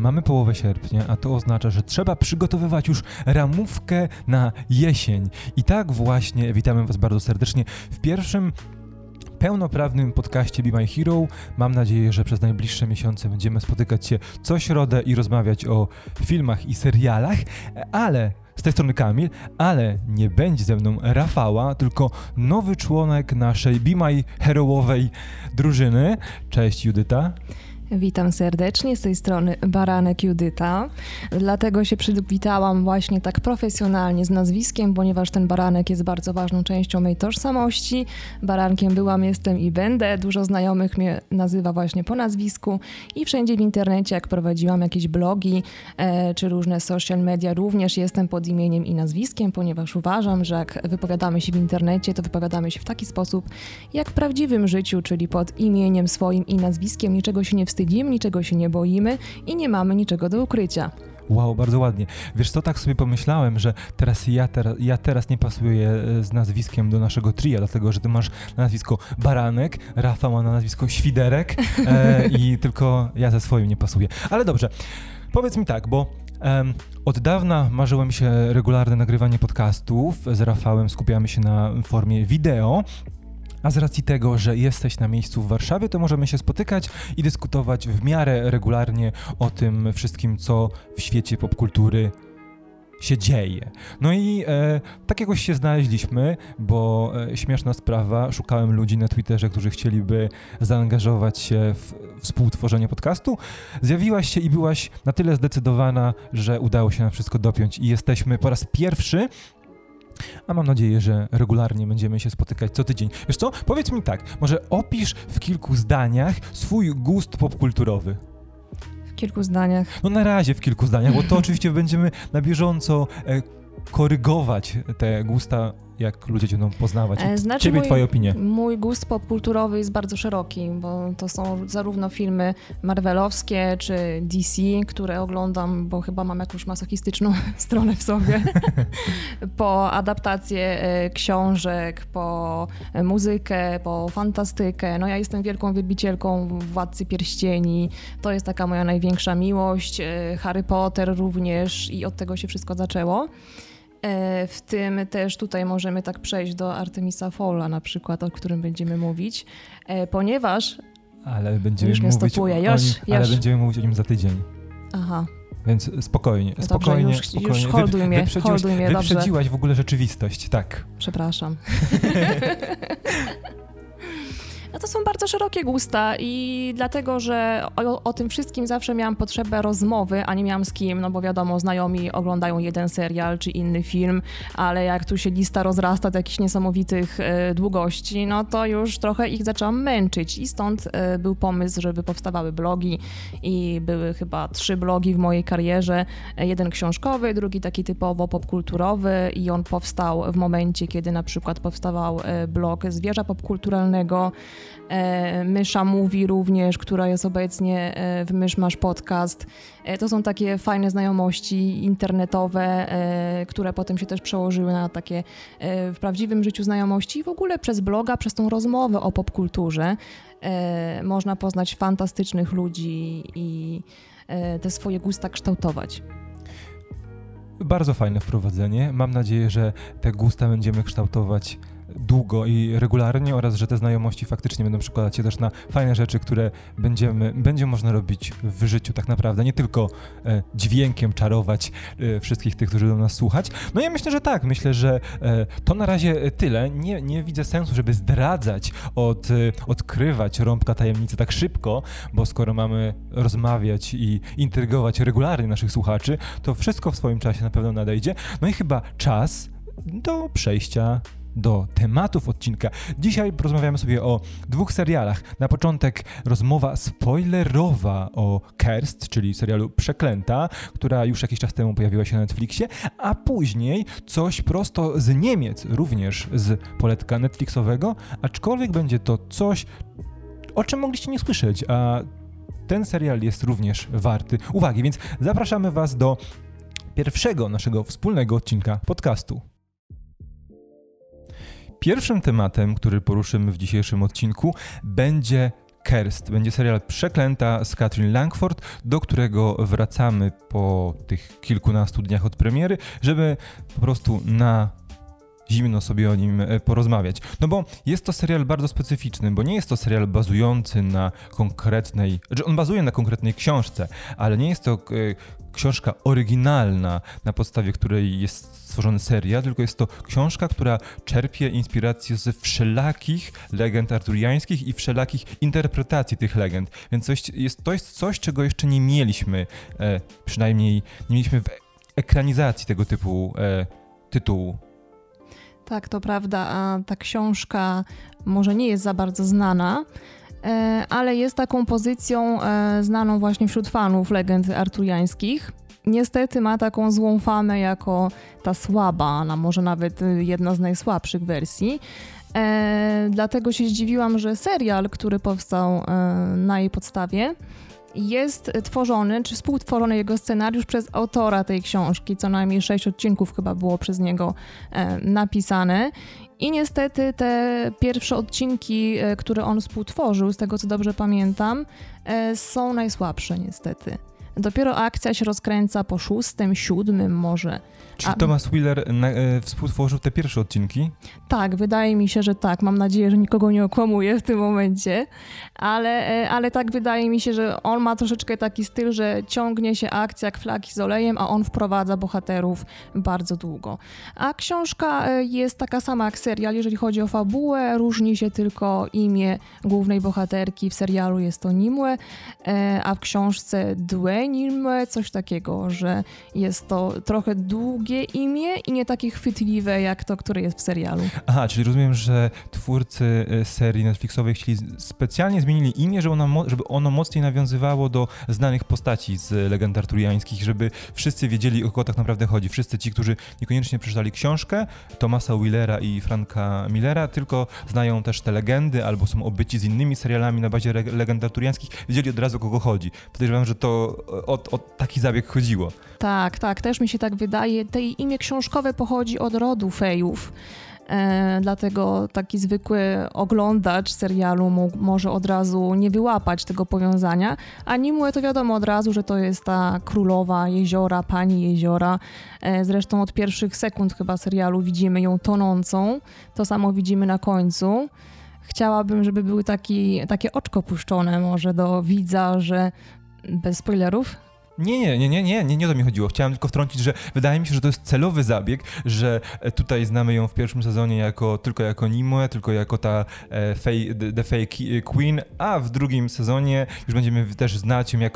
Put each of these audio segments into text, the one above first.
mamy połowę sierpnia, a to oznacza, że trzeba przygotowywać już ramówkę na jesień. I tak właśnie witamy Was bardzo serdecznie w pierwszym pełnoprawnym podcaście Be My Hero. Mam nadzieję, że przez najbliższe miesiące będziemy spotykać się co środę i rozmawiać o filmach i serialach, ale z tej strony Kamil, ale nie będzie ze mną Rafała, tylko nowy członek naszej Be My Hero'owej drużyny. Cześć Judyta. Witam serdecznie, z tej strony Baranek Judyta. Dlatego się przywitałam właśnie tak profesjonalnie z nazwiskiem, ponieważ ten Baranek jest bardzo ważną częścią mojej tożsamości. Barankiem byłam, jestem i będę. Dużo znajomych mnie nazywa właśnie po nazwisku i wszędzie w internecie, jak prowadziłam jakieś blogi czy różne social media, również jestem pod imieniem i nazwiskiem, ponieważ uważam, że jak wypowiadamy się w internecie, to wypowiadamy się w taki sposób, jak w prawdziwym życiu, czyli pod imieniem swoim i nazwiskiem, niczego się nie wstydzimy, niczego się nie boimy i nie mamy niczego do ukrycia. Wow, bardzo ładnie. Wiesz co, tak sobie pomyślałem, że ja teraz nie pasuję z nazwiskiem do naszego tria, dlatego że ty masz na nazwisko Baranek, Rafał ma na nazwisko Świderek i tylko ja ze swoim nie pasuję. Ale dobrze, powiedz mi tak, bo od dawna marzyło mi się regularne nagrywanie podcastów. Z Rafałem skupiamy się na formie wideo. A z racji tego, że jesteś na miejscu w Warszawie, to możemy się spotykać i dyskutować w miarę regularnie o tym wszystkim, co w świecie popkultury się dzieje. No i tak jakoś się znaleźliśmy, bo śmieszna sprawa, szukałem ludzi na Twitterze, którzy chcieliby zaangażować się w współtworzenie podcastu. Zjawiłaś się i byłaś na tyle zdecydowana, że udało się nam wszystko dopiąć i jesteśmy po raz pierwszy, a mam nadzieję, że regularnie będziemy się spotykać co tydzień. Wiesz co? Powiedz mi tak, może opisz w kilku zdaniach swój gust popkulturowy. W kilku zdaniach? No na razie w kilku zdaniach, bo to oczywiście będziemy na korygować te gusta, jak ludzie cię będą poznawać. Ciebie, twoje opinie. Mój gust popkulturowy jest bardzo szeroki, bo to są zarówno filmy marvelowskie czy DC, które oglądam, bo chyba mam jakąś masochistyczną stronę w sobie, po adaptacje książek, po muzykę, po fantastykę. No ja jestem wielką wielbicielką Władcy Pierścieni, to jest taka moja największa miłość, Harry Potter również i od tego się wszystko zaczęło. W tym też tutaj możemy tak przejść do Artemisa Fowla na przykład, o którym będziemy mówić, ponieważ... Ale będziemy już mnie mówić stopuje, ale będziemy mówić o nim za tydzień. Aha. Więc spokojnie, no spokojnie. Dobrze, już holduj mnie, wyprzedziłaś w ogóle rzeczywistość, tak. Przepraszam. No to są bardzo szerokie gusta i dlatego, że o tym wszystkim zawsze miałam potrzebę rozmowy, a nie miałam z kim, no bo wiadomo, znajomi oglądają jeden serial czy inny film, ale jak tu się lista rozrasta do jakichś niesamowitych długości, no to już trochę ich zaczęłam męczyć i stąd był pomysł, żeby powstawały blogi i były chyba 3 blogi w mojej karierze, jeden książkowy, drugi taki typowo popkulturowy i on powstał w momencie, kiedy na przykład powstawał blog Zwierza Popkulturalnego, Mysza Mówi również, która jest obecnie w Myszmasz Podcast. To są takie fajne znajomości internetowe, które potem się też przełożyły na takie w prawdziwym życiu znajomości i w ogóle przez bloga, przez tą rozmowę o popkulturze można poznać fantastycznych ludzi i te swoje gusta kształtować. Bardzo fajne wprowadzenie. Mam nadzieję, że te gusta będziemy kształtować długo i regularnie oraz, że te znajomości faktycznie będą przekładać się też na fajne rzeczy, które będzie można robić w życiu tak naprawdę, nie tylko dźwiękiem czarować wszystkich tych, którzy będą nas słuchać. No ja myślę, że tak, myślę, że to na razie tyle. Nie widzę sensu, żeby zdradzać, odkrywać rąbka tajemnicy tak szybko, bo skoro mamy rozmawiać i intrygować regularnie naszych słuchaczy, to wszystko w swoim czasie na pewno nadejdzie. No i chyba czas do przejścia do tematów odcinka. Dzisiaj porozmawiamy sobie o 2 serialach. Na początek rozmowa spoilerowa o Cursed, czyli serialu Przeklęta, która już jakiś czas temu pojawiła się na Netflixie, a później coś prosto z Niemiec, również z poletka Netflixowego, aczkolwiek będzie to coś, o czym mogliście nie słyszeć, a ten serial jest również warty uwagi, więc zapraszamy Was do pierwszego naszego wspólnego odcinka podcastu. Pierwszym tematem, który poruszymy w dzisiejszym odcinku, będzie Cursed. Będzie serial Przeklęta z Katrin Langford, do którego wracamy po tych kilkunastu dniach od premiery, żeby po prostu na zimno sobie o nim porozmawiać. No bo jest to serial bardzo specyficzny, bo nie jest to serial bazujący na konkretnej... on bazuje na konkretnej książce, ale nie jest to książka oryginalna, na podstawie której jest stworzony serial, tylko jest to książka, która czerpie inspirację ze wszelakich legend arturiańskich i wszelakich interpretacji tych legend. Więc to jest coś, czego jeszcze nie mieliśmy, przynajmniej nie mieliśmy w ekranizacji tego typu tytułu. Tak, to prawda, a ta książka może nie jest za bardzo znana, ale jest taką pozycją znaną właśnie wśród fanów legend arturiańskich. Niestety ma taką złą famę jako ta słaba, a może nawet jedna z najsłabszych wersji. Dlatego się zdziwiłam, że serial, który powstał na jej podstawie, jest tworzony, czy współtworzony jego scenariusz przez autora tej książki. Co najmniej 6 odcinków chyba było przez niego napisane. I niestety te pierwsze odcinki, które on współtworzył, z tego co dobrze pamiętam, są najsłabsze niestety. Dopiero akcja się rozkręca po 6., 7. może. Czy Thomas Wheeler współtworzył te pierwsze odcinki? Tak, wydaje mi się, że tak. Mam nadzieję, że nikogo nie okłamuję w tym momencie, ale tak wydaje mi się, że on ma troszeczkę taki styl, że ciągnie się akcja jak flaki z olejem, a on wprowadza bohaterów bardzo długo. A książka jest taka sama jak serial, jeżeli chodzi o fabułę, różni się tylko imię głównej bohaterki. W serialu jest to Nimue, a w książce Due Nimue, coś takiego, że jest to trochę długie imię i nie takie chwytliwe jak to, które jest w serialu. Aha, czyli rozumiem, że twórcy serii Netflixowej chcieli specjalnie zmienili imię, żeby ono mocniej nawiązywało do znanych postaci z legend arturiańskich, żeby wszyscy wiedzieli, o kogo tak naprawdę chodzi. Wszyscy ci, którzy niekoniecznie przeczytali książkę Thomasa Wheelera i Franka Millera, tylko znają też te legendy albo są obyci z innymi serialami na bazie legend arturiańskich, wiedzieli od razu, o kogo chodzi. Podejrzewam, że to o taki zabieg chodziło. Tak, też mi się tak wydaje. To imię książkowe pochodzi od rodu Fejów. Dlatego taki zwykły oglądacz serialu może od razu nie wyłapać tego powiązania, a Nimue to wiadomo od razu, że to jest ta królowa jeziora, pani jeziora. Zresztą od pierwszych sekund chyba serialu widzimy ją tonącą, to samo widzimy na końcu. Chciałabym, żeby były takie oczko puszczone może do widza, że bez spoilerów. Nie o to mi chodziło. Chciałem tylko wtrącić, że wydaje mi się, że to jest celowy zabieg, że tutaj znamy ją w pierwszym sezonie tylko jako Nimue, tylko jako ta The Fey Queen, a w drugim sezonie już będziemy też znać ją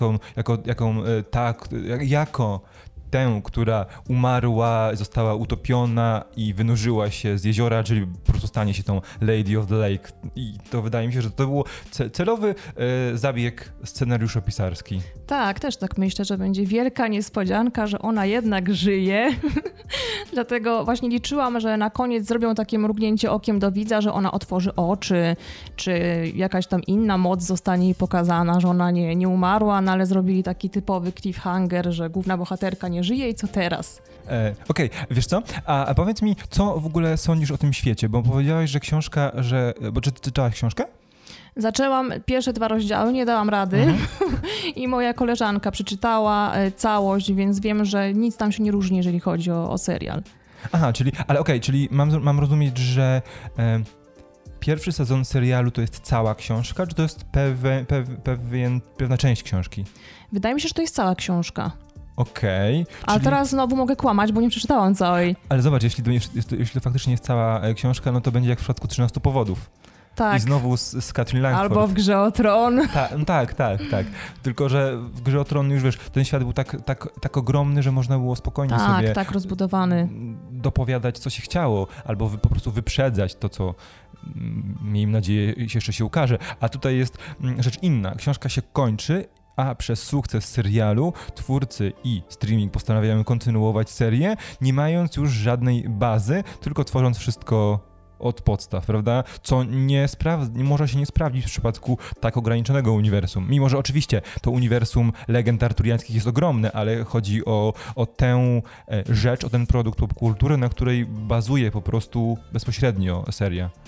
jako tę, która umarła, została utopiona i wynurzyła się z jeziora, czyli po prostu stanie się tą Lady of the Lake. I to wydaje mi się, że to był celowy zabieg scenariuszopisarski. Tak, też tak myślę, że będzie wielka niespodzianka, że ona jednak żyje. Dlatego właśnie liczyłam, że na koniec zrobią takie mrugnięcie okiem do widza, że ona otworzy oczy, czy jakaś tam inna moc zostanie jej pokazana, że ona nie umarła, no ale zrobili taki typowy cliffhanger, że główna bohaterka nie żyje i co teraz? Okej, wiesz co? A powiedz mi, co w ogóle sądzisz o tym świecie? Bo powiedziałaś, że książka, czy ty czytałaś książkę? Zaczęłam pierwsze 2 rozdziały, nie dałam rady i moja koleżanka przeczytała całość, więc wiem, że nic tam się nie różni, jeżeli chodzi o serial. Aha, czyli mam rozumieć, że pierwszy sezon serialu to jest cała książka, czy to jest pewna część książki? Wydaje mi się, że to jest cała książka. Okej. Ale teraz znowu mogę kłamać, bo nie przeczytałam całej. Ale zobacz, jeśli faktycznie jest cała książka, no to będzie jak w przypadku 13 powodów. Tak. I znowu z Katrin Langford. Albo w Grze o Tron. Tak. Tylko, że w Grze o Tron już wiesz, ten świat był tak ogromny, że można było spokojnie sobie tak rozbudowany. Dopowiadać, co się chciało, albo po prostu wyprzedzać to, co miejmy nadzieję jeszcze się ukaże. A tutaj jest rzecz inna. Książka się kończy, a przez sukces serialu twórcy i streaming postanawiają kontynuować serię, nie mając już żadnej bazy, tylko tworząc wszystko od podstaw, prawda? Co nie może się nie sprawdzić w przypadku tak ograniczonego uniwersum. Mimo że oczywiście to uniwersum legend arturiańskich jest ogromne, ale chodzi o tę rzecz, o ten produkt popkultury, na której bazuje po prostu bezpośrednio seria.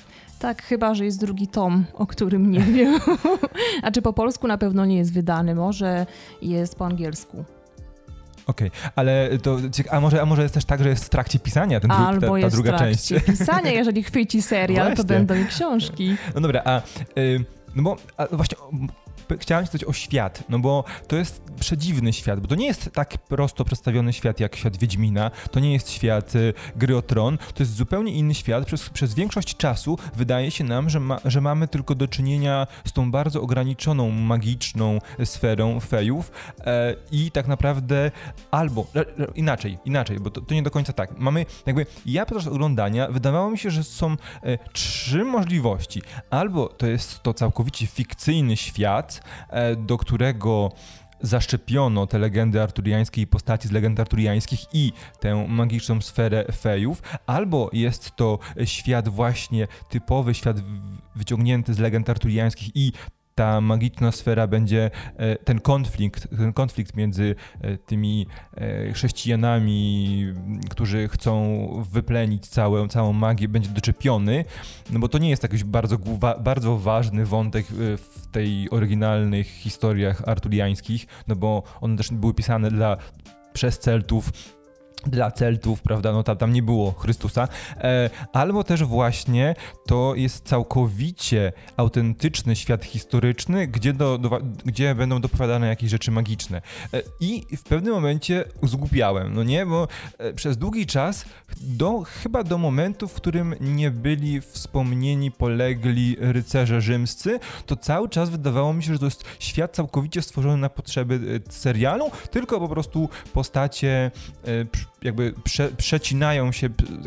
Tak, chyba że jest drugi tom, o którym nie wiem. A czy po polsku na pewno nie jest wydany, może jest po angielsku. Okej, ale to, a może jest też tak, że jest w trakcie pisania ta druga część? Albo jest w trakcie pisania, jeżeli chwyci serial, właśnie. To będą i książki. No dobra, właśnie chciałem coś o świat, no bo to jest przedziwny świat, bo to nie jest tak prosto przedstawiony świat jak świat Wiedźmina, to nie jest świat Gry o Tron, to jest zupełnie inny świat. Przez większość czasu wydaje się nam, że mamy tylko do czynienia z tą bardzo ograniczoną, magiczną sferą fejów i tak naprawdę albo inaczej, bo to nie do końca tak. Ja podczas oglądania wydawało mi się, że są 3 możliwości. Albo to jest to całkowicie fikcyjny świat, do którego zaszczepiono te legendy arturiańskie i postaci z legend arturiańskich i tę magiczną sferę fejów, albo jest to świat właśnie typowy, świat wyciągnięty z legend arturiańskich i ta magiczna sfera będzie, ten konflikt między tymi chrześcijanami, którzy chcą wyplenić całą magię, będzie doczepiony, no bo to nie jest jakiś bardzo ważny wątek w tej oryginalnych historiach arturiańskich, no bo one też były pisane przez Celtów, dla Celtów, prawda, no tam nie było Chrystusa, albo też właśnie to jest całkowicie autentyczny świat historyczny, gdzie będą dopowiadane jakieś rzeczy magiczne. I w pewnym momencie zgłupiałem, no nie, bo przez długi czas, chyba do momentu, w którym nie byli wspomnieni polegli rycerze rzymscy, to cały czas wydawało mi się, że to jest świat całkowicie stworzony na potrzeby serialu, tylko po prostu postacie jakby przecinają się,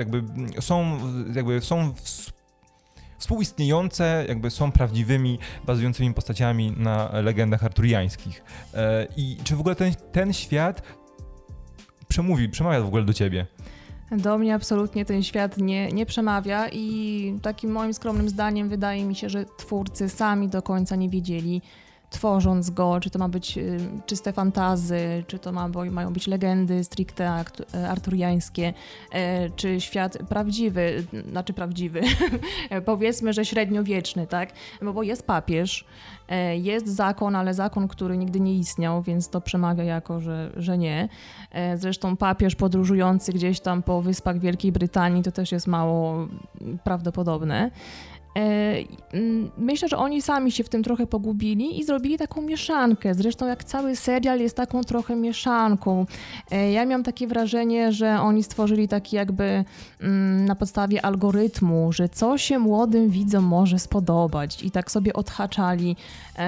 są współistniejące, są prawdziwymi, bazującymi postaciami na legendach arturiańskich. I czy w ogóle ten świat przemawia w ogóle do ciebie? Do mnie absolutnie ten świat nie przemawia i takim moim skromnym zdaniem wydaje mi się, że twórcy sami do końca nie wiedzieli, tworząc go, czy to ma być czyste fantazy, czy to mają być legendy stricte arturiańskie, czy świat prawdziwy, powiedzmy, że średniowieczny, tak? Bo jest papież, jest zakon, ale zakon, który nigdy nie istniał, więc to przemawia jako, że nie. Zresztą papież podróżujący gdzieś tam po wyspach Wielkiej Brytanii to też jest mało prawdopodobne. Myślę, że oni sami się w tym trochę pogubili i zrobili taką mieszankę. Zresztą jak cały serial jest taką trochę mieszanką. Ja miałam takie wrażenie, że oni stworzyli taki jakby na podstawie algorytmu, że co się młodym widzom może spodobać i tak sobie odhaczali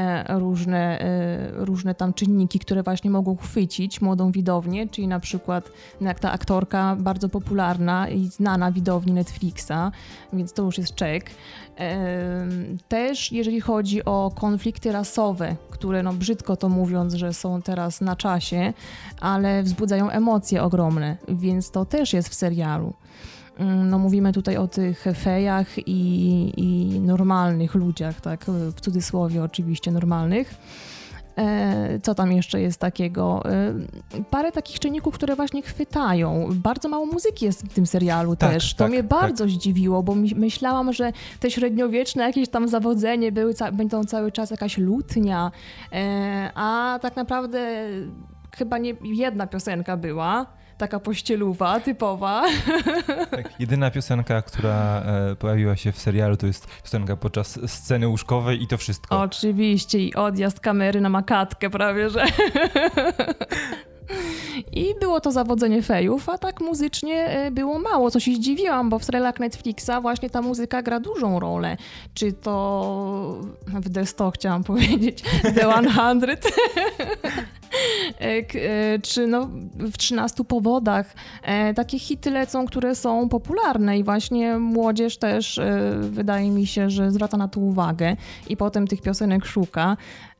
różne tam czynniki, które właśnie mogą chwycić młodą widownię, czyli na przykład jak ta aktorka bardzo popularna i znana widowni Netflixa, więc to już jest check. Też jeżeli chodzi o konflikty rasowe, które brzydko to mówiąc, że są teraz na czasie, ale wzbudzają emocje ogromne, więc to też jest w serialu. Mówimy tutaj o tych fejach i normalnych ludziach, tak, w cudzysłowie oczywiście normalnych. Co tam jeszcze jest takiego? Parę takich czynników, które właśnie chwytają. Bardzo mało muzyki jest w tym serialu też. To mnie bardzo zdziwiło, bo myślałam, że te średniowieczne jakieś tam zawodzenie będą cały czas jakaś lutnia, a tak naprawdę chyba nie jedna piosenka była. Taka pościeluwa, typowa. Tak, jedyna piosenka, która pojawiła się w serialu, to jest piosenka podczas sceny łóżkowej i to wszystko. Oczywiście i odjazd kamery na makatkę prawie, że... I było to zawodzenie fejów, a tak muzycznie było mało, co się zdziwiłam, bo w serialach Netflixa właśnie ta muzyka gra dużą rolę. Czy to w The 100 chciałam powiedzieć, The 100, czy w 13 powodach. Takie hity lecą, które są popularne i właśnie młodzież też wydaje mi się, że zwraca na to uwagę i potem tych piosenek szuka.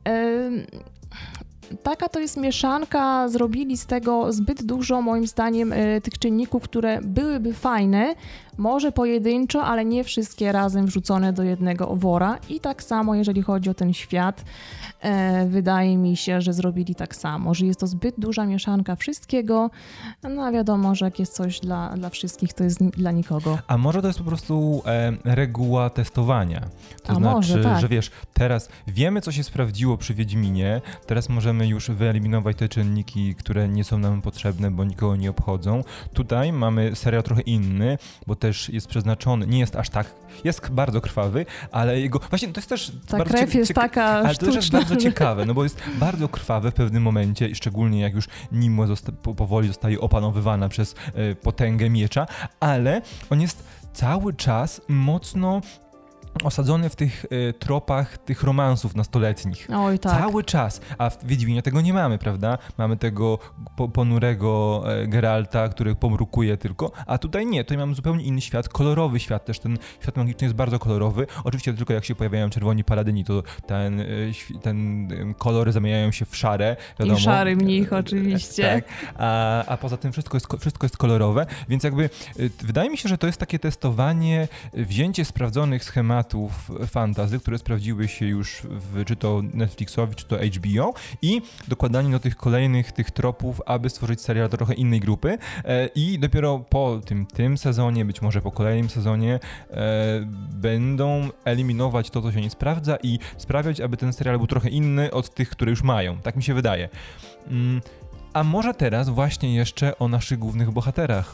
Taka to jest mieszanka, zrobili z tego zbyt dużo moim zdaniem tych czynników, które byłyby fajne, Może pojedynczo, ale nie wszystkie razem wrzucone do jednego wora. I tak samo, jeżeli chodzi o ten świat, wydaje mi się, że zrobili tak samo, że jest to zbyt duża mieszanka wszystkiego, no a wiadomo, że jak jest coś dla wszystkich, to jest dla nikogo. A może to jest po prostu reguła testowania? To znaczy, może, tak. że wiesz, teraz wiemy, co się sprawdziło przy Wiedźminie, teraz możemy już wyeliminować te czynniki, które nie są nam potrzebne, bo nikogo nie obchodzą. Tutaj mamy serial trochę inny, bo też jest przeznaczony, nie jest aż tak, jest bardzo krwawy, ale jego, właśnie to jest też ta krew jest taka ale sztuczna. to też jest bardzo ciekawe, no bo jest bardzo krwawe w pewnym momencie, szczególnie jak już Nimue powoli zostaje opanowywana przez potęgę miecza, ale on jest cały czas mocno osadzony w tych tropach tych romansów nastoletnich. Oj, tak. Cały czas. A w Wiedźminie tego nie mamy, prawda? Mamy tego ponurego Geralta, który pomrukuje tylko, a tutaj nie. Tutaj mamy zupełnie inny świat, kolorowy świat też. Ten świat magiczny jest bardzo kolorowy. Oczywiście tylko jak się pojawiają czerwoni paladyni, to ten kolory zamieniają się w szare. Wiadomo. I szary mnich oczywiście. Tak. A poza tym wszystko jest kolorowe, więc jakby wydaje mi się, że to jest takie testowanie, wzięcie sprawdzonych schematów fantasy, które sprawdziły się już czy to Netflixowi, czy to HBO i dokładanie do tych kolejnych tych tropów, aby stworzyć serial trochę innej grupy i dopiero po tym sezonie, być może po kolejnym sezonie będą eliminować to, co się nie sprawdza i sprawiać, aby ten serial był trochę inny od tych, które już mają. Tak mi się wydaje. A może teraz właśnie jeszcze o naszych głównych bohaterach,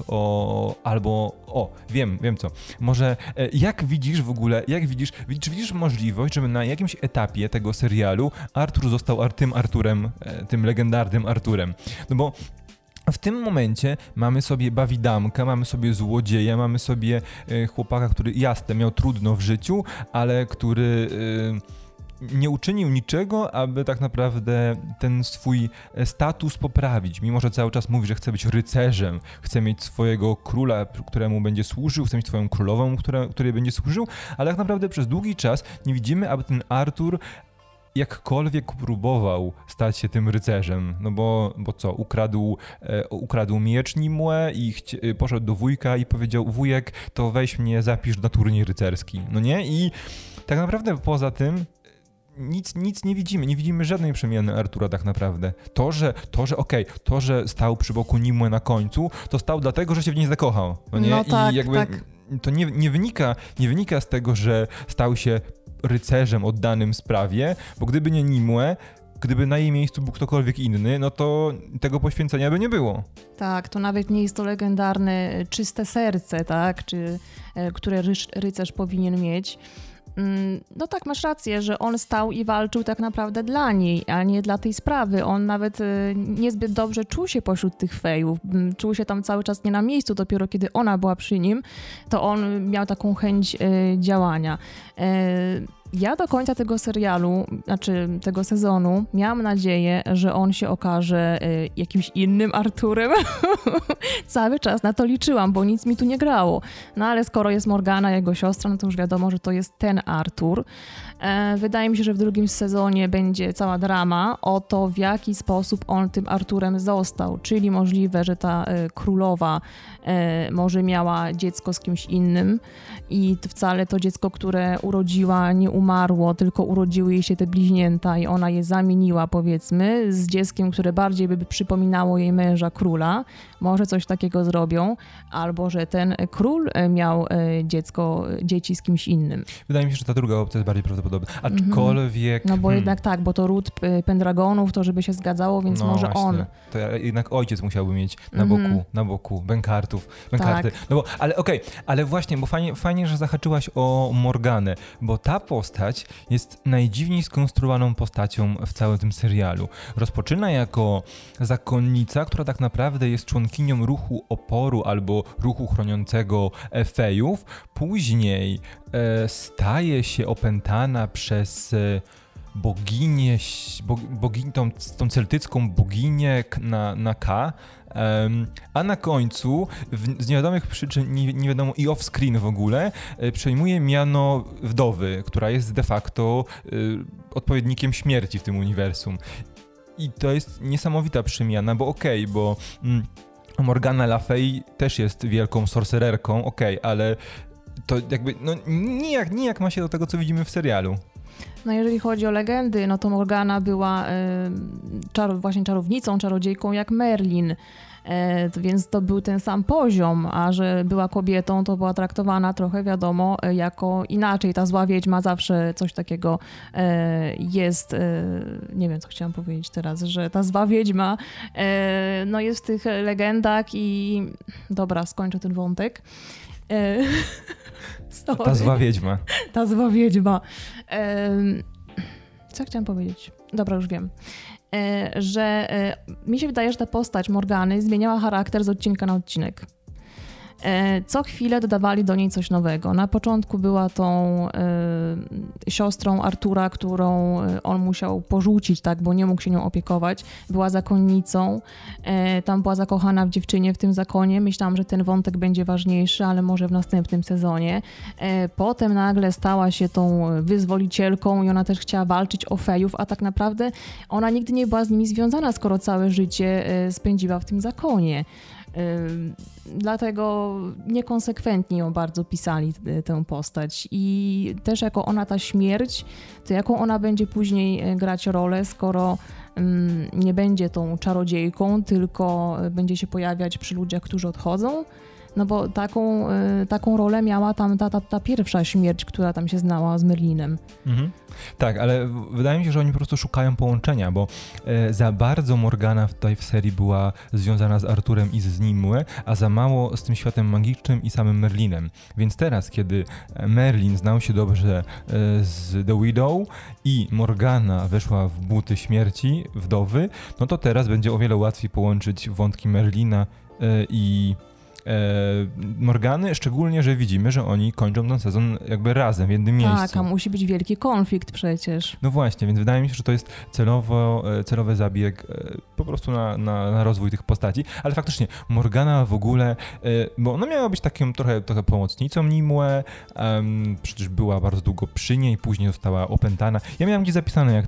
wiem co, może jak widzisz w ogóle, czy widzisz możliwość, żeby na jakimś etapie tego serialu Artur został tym Arturem, tym legendarnym Arturem, no bo w tym momencie mamy sobie bawidamka, mamy sobie złodzieja, mamy sobie chłopaka, który jasne miał trudno w życiu, ale który nie uczynił niczego, aby tak naprawdę ten swój status poprawić. Mimo że cały czas mówi, że chce być rycerzem, chce mieć swojego króla, któremu będzie służył, chce mieć swoją królową, której będzie służył, ale tak naprawdę przez długi czas nie widzimy, aby ten Artur jakkolwiek próbował stać się tym rycerzem, no bo co, ukradł miecz Nimue i poszedł do wujka i powiedział: wujek, to weź mnie, zapisz na turniej rycerski, no nie? I tak naprawdę poza tym nic nie widzimy żadnej przemiany Artura tak naprawdę. To, że stał przy boku Nimue na końcu, to stał dlatego, że się w niej zakochał, no nie? No tak, i jakby tak. To nie wynika z tego, że stał się rycerzem oddanym sprawie, bo gdyby nie Nimue, gdyby na jej miejscu był ktokolwiek inny, no to tego poświęcenia by nie było. Tak, to nawet nie jest to legendarne czyste serce, tak, które rycerz powinien mieć. No tak, masz rację, że on stał i walczył tak naprawdę dla niej, a nie dla tej sprawy. On nawet niezbyt dobrze czuł się pośród tych fejów. Czuł się tam cały czas nie na miejscu. Dopiero kiedy ona była przy nim, to on miał taką chęć działania. Ja do końca tego serialu, tego sezonu, miałam nadzieję, że on się okaże jakimś innym Arturem. Cały czas na to liczyłam, bo nic mi tu nie grało. No ale skoro jest Morgana, jego siostra, no to już wiadomo, że to jest ten Artur. Wydaje mi się, że w drugim sezonie będzie cała drama o to, w jaki sposób on tym Arturem został. Czyli możliwe, że ta królowa może miała dziecko z kimś innym i wcale to dziecko, które urodziła, nie umarło, tylko urodziły jej się te bliźnięta i ona je zamieniła, powiedzmy, z dzieckiem, które bardziej by przypominało jej męża króla. Może coś takiego zrobią, albo że ten król miał dzieci z kimś innym. Wydaje mi się, że ta druga opcja jest bardziej prawdopodobna. Aczkolwiek... No bo jednak tak, bo to ród Pendragonów, to żeby się zgadzało, więc no może właśnie. on. To jednak ojciec musiałby mieć na boku Benkarty. Tak. No bo, ale okej, ale właśnie, bo fajnie, że zahaczyłaś o Morganę, bo ta postać jest najdziwniej skonstruowaną postacią w całym tym serialu. Rozpoczyna jako zakonnica, która tak naprawdę jest członkinią ruchu oporu albo ruchu chroniącego fejów. Później staje się opętana przez boginię, tą celtycką boginię na K, a na końcu z niewiadomych przyczyn, nie wiadomo i off-screen w ogóle, przejmuje miano wdowy, która jest de facto odpowiednikiem śmierci w tym uniwersum. I to jest niesamowita przemiana, bo Morgana Le Fay też jest wielką sorcererką, okej, ale to jakby nijak ma się do tego, co widzimy w serialu. No jeżeli chodzi o legendy, no to Morgana była właśnie czarownicą, czarodziejką jak Merlin. Więc to był ten sam poziom, a że była kobietą, to była traktowana trochę, wiadomo, jako inaczej. Ta zła wiedźma zawsze coś takiego jest, nie wiem, co chciałam powiedzieć teraz, że ta zła wiedźma no jest w tych legendach i dobra, skończę ten wątek. Ta zła wiedźma. Ta zła wiedźma. Co chciałam powiedzieć? Dobra, już wiem. Że mi się wydaje, że ta postać Morgany zmieniała charakter z odcinka na odcinek. Co chwilę dodawali do niej coś nowego. Na początku była tą siostrą Artura, którą on musiał porzucić, tak, bo nie mógł się nią opiekować. Była zakonnicą, tam była zakochana w dziewczynie w tym zakonie. Myślałam, że ten wątek będzie ważniejszy, ale może w następnym sezonie. Potem nagle stała się tą wyzwolicielką i ona też chciała walczyć o fejów, a tak naprawdę ona nigdy nie była z nimi związana, skoro całe życie spędziła w tym zakonie. Dlatego niekonsekwentnie ją bardzo pisali tę postać i też jako ona ta śmierć, to jaką ona będzie później grać rolę, skoro nie będzie tą czarodziejką, tylko będzie się pojawiać przy ludziach, którzy odchodzą. No bo taką rolę miała tam ta pierwsza śmierć, która tam się znała z Merlinem. Mhm. Tak, ale wydaje mi się, że oni po prostu szukają połączenia, bo za bardzo Morgana tutaj w serii była związana z Arturem i z Nimue, a za mało z tym światem magicznym i samym Merlinem. Więc teraz, kiedy Merlin znał się dobrze z The Widow i Morgana weszła w buty śmierci, wdowy, no to teraz będzie o wiele łatwiej połączyć wątki Merlina i Morgany, szczególnie, że widzimy, że oni kończą ten sezon jakby razem, w jednym miejscu. Tak, a musi być wielki konflikt przecież. No właśnie, więc wydaje mi się, że to jest celowy zabieg po prostu na rozwój tych postaci, ale faktycznie Morgana w ogóle, bo ona miała być taką trochę pomocnicą Nimue, przecież była bardzo długo przy niej, później została opętana. Ja miałem gdzieś zapisane, jak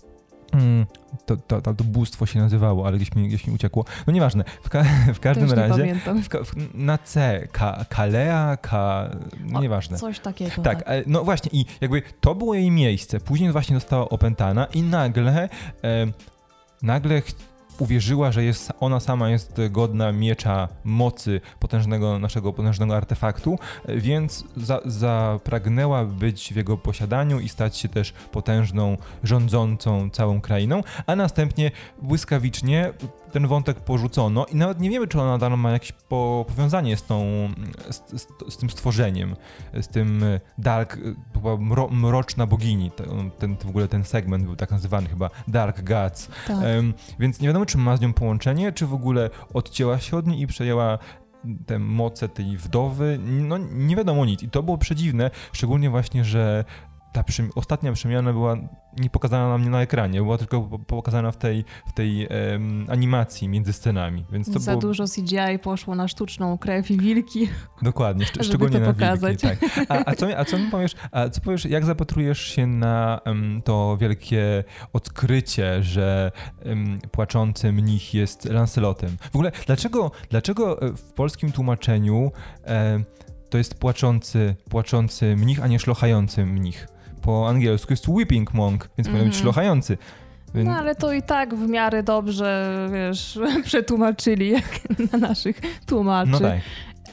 to bóstwo się nazywało, ale gdzieś mi uciekło. No nieważne, w każdym razie na C, Kalea, nieważne. Coś takiego. Tak, no właśnie i jakby to było jej miejsce. Później właśnie została opętana i nagle uwierzyła, że ona sama jest godna miecza mocy naszego potężnego artefaktu, więc zapragnęła być w jego posiadaniu i stać się też potężną, rządzącą całą krainą, a następnie błyskawicznie ten wątek porzucono i nawet nie wiemy, czy ona nadal ma jakieś powiązanie z tym stworzeniem, z tym Dark, mroczna bogini. W ogóle ten segment był tak nazywany chyba Dark Gods. Tak. Więc nie wiadomo, czy ma z nią połączenie, czy w ogóle odcięła się od niej i przejęła te moce tej wdowy. No nie wiadomo nic. I to było przedziwne, szczególnie właśnie, że ta ostatnia przemiana była nie pokazana nam na ekranie, była tylko pokazana w tej animacji między scenami. Więc to Za dużo CGI poszło na sztuczną krew i wilki. Dokładnie, szczególnie na wilki. Tak. A co mi powiesz, jak zapatrujesz się na to wielkie odkrycie, że płaczący mnich jest Lancelotem? W ogóle, dlaczego w polskim tłumaczeniu to jest płaczący mnich, a nie szlochający mnich? Po angielsku jest weeping monk, więc powinien być szlochający. No ale to i tak w miarę dobrze, wiesz, przetłumaczyli jak na naszych tłumaczy. No tak.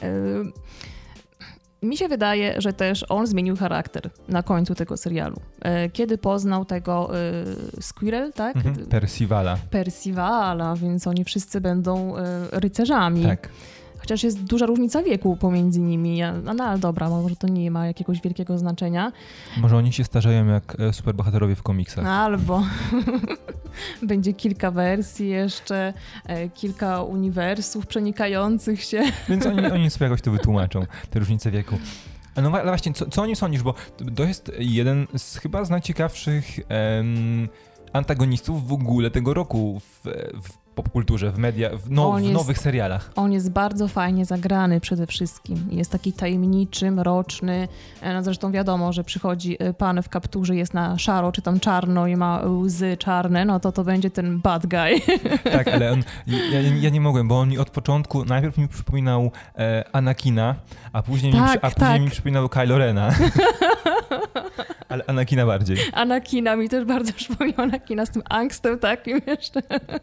Mi się wydaje, że też on zmienił charakter na końcu tego serialu. Kiedy poznał tego Squirrel, tak? Percivala, więc oni wszyscy będą rycerzami. Tak. Chociaż jest duża różnica wieku pomiędzy nimi. No ale dobra, może to nie ma jakiegoś wielkiego znaczenia. Może oni się starzeją jak superbohaterowie w komiksach. Albo będzie kilka wersji jeszcze, kilka uniwersów przenikających się. Więc oni sobie jakoś to wytłumaczą, te różnice wieku. No ale właśnie, co o nim sądzisz? Bo to jest jeden z chyba z najciekawszych antagonistów w ogóle tego roku w popkulturze, w mediach, w nowych serialach. On jest bardzo fajnie zagrany przede wszystkim. Jest taki tajemniczy, mroczny. No zresztą wiadomo, że przychodzi pan w kapturze, jest na szaro czy tam czarno i ma łzy czarne, no to będzie ten bad guy. Tak, ale ja nie mogłem, bo on mi od początku najpierw mi przypominał Anakina, a później mi przypominał Kylo Rena. Ale Anakina bardziej. Anakina mi też bardzo przypomniał Anakina z tym angstem takim jeszcze.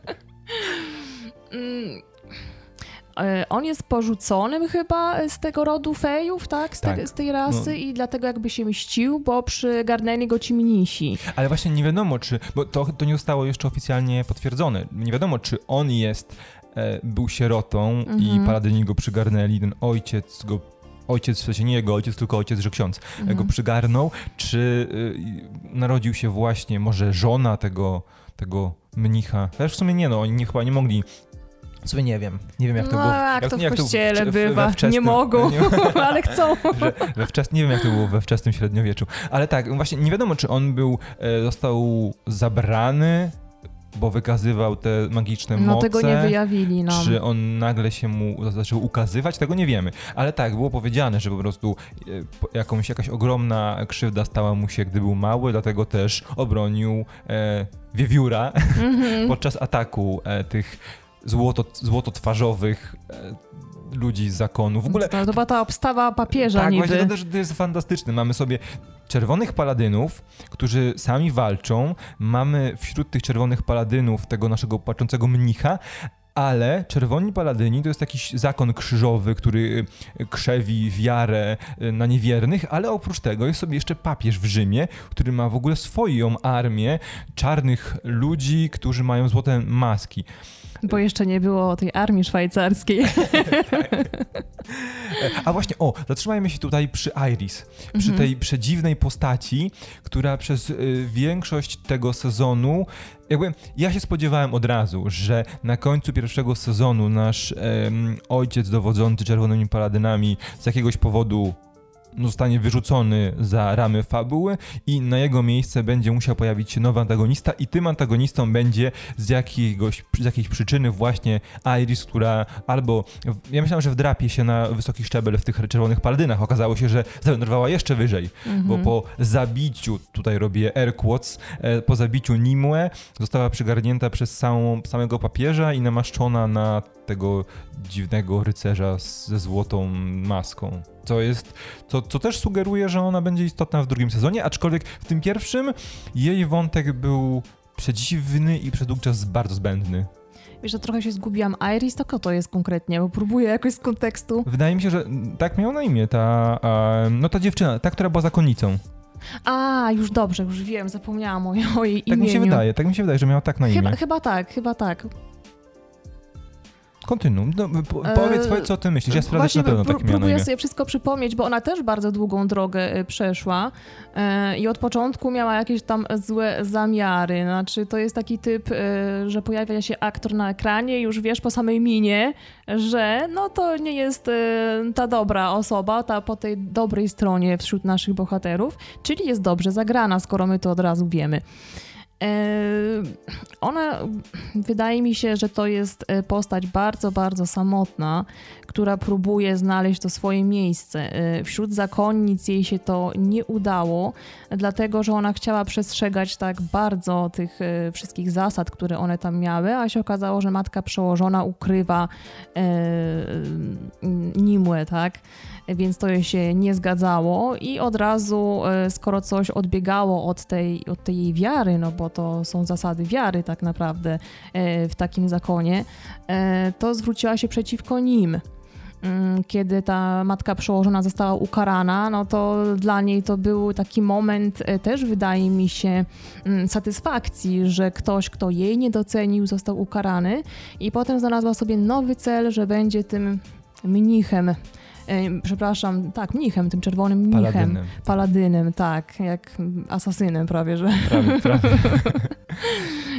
On jest porzuconym chyba z tego rodu fejów, tak? Z tej rasy i dlatego jakby się mścił, bo przygarnęli go ci mnisi. Ale właśnie nie wiadomo, bo to nie zostało jeszcze oficjalnie potwierdzone. Nie wiadomo, czy on był sierotą i paladyni go przygarnęli, ten ojciec, w sensie nie jego ojciec, tylko ojciec, że ksiądz go przygarnął, czy narodził się właśnie może żona tego mnicha. Też w sumie nie, oni chyba nie mogli. W sumie nie wiem jak to było. Jak to w kościele bywa, nie mogą, ale chcą. Nie wiem, jak to było we wczesnym średniowieczu. Ale tak, właśnie nie wiadomo, czy on został zabrany, bo wykazywał te magiczne moce. No tego nie wyjawili nam. Czy on nagle się mu zaczął ukazywać? Tego nie wiemy. Ale tak, było powiedziane, że po prostu jakaś ogromna krzywda stała mu się, gdy był mały, dlatego też obronił wiewióra podczas ataku tych złototwarzowych ludzi z zakonu. W ogóle to była ta obstawa papieża tak, niby. właśnie to jest fantastyczne. Mamy sobie czerwonych paladynów, którzy sami walczą. Mamy wśród tych czerwonych paladynów tego naszego płaczącego mnicha, ale czerwoni paladyni to jest jakiś zakon krzyżowy, który krzewi wiarę na niewiernych, ale oprócz tego jest sobie jeszcze papież w Rzymie, który ma w ogóle swoją armię czarnych ludzi, którzy mają złote maski. Bo jeszcze nie było tej armii szwajcarskiej. A właśnie, zatrzymajmy się tutaj przy Iris, przy tej przedziwnej postaci, która przez większość tego sezonu, ja się spodziewałem od razu, że na końcu pierwszego sezonu nasz ojciec dowodzący czerwonymi paladynami z jakiegoś powodu zostanie wyrzucony za ramy fabuły i na jego miejsce będzie musiał pojawić się nowy antagonista i tym antagonistą będzie z jakiejś przyczyny właśnie Iris, która ja myślałem, że wdrapie się na wysoki szczebel w tych czerwonych paladynach. Okazało się, że zawędrowała jeszcze wyżej, bo po zabiciu, tutaj robię air quotes, po zabiciu Nimue została przygarnięta przez samego papieża i namaszczona na tego dziwnego rycerza ze złotą maską. Co też sugeruje, że ona będzie istotna w drugim sezonie, aczkolwiek w tym pierwszym jej wątek był przedziwny i przez długi czas bardzo zbędny. Wiesz, że trochę się zgubiłam. Iris, to kto to jest konkretnie? Bo próbuję jakoś z kontekstu. Wydaje mi się, że tak miała na imię ta dziewczyna, ta, która była zakonnicą. Już dobrze, już wiem, zapomniałam o jej tak imieniu. Tak mi się wydaje, że miała tak na imię. Chyba tak. Kontynuuj. Powiedz, co ty myślisz. Ja sprawdzę, czy na pewno tak miała na imię. Próbuję sobie wszystko przypomnieć, bo ona też bardzo długą drogę przeszła i od początku miała jakieś tam złe zamiary. Znaczy, to jest taki typ, że pojawia się aktor na ekranie i już wiesz po samej minie, że to nie jest ta dobra osoba, ta po tej dobrej stronie wśród naszych bohaterów, czyli jest dobrze zagrana, skoro my to od razu wiemy. Ona, wydaje mi się, że to jest postać bardzo, bardzo samotna, która próbuje znaleźć to swoje miejsce. Wśród zakonnic jej się to nie udało, dlatego że ona chciała przestrzegać tak bardzo tych wszystkich zasad, które one tam miały, a się okazało, że matka przełożona ukrywa Nimue, tak? Więc to jej się nie zgadzało i od razu, skoro coś odbiegało od tej jej wiary, bo to są zasady wiary tak naprawdę w takim zakonie, to zwróciła się przeciwko nim. Kiedy ta matka przełożona została ukarana, to dla niej to był taki moment też, wydaje mi się, satysfakcji, że ktoś, kto jej nie docenił, został ukarany i potem znalazła sobie nowy cel, że będzie tym mnichem. Mnichem, tym czerwonym mnichem. Paladynem, tak, jak asasynem prawie, że. Prawie.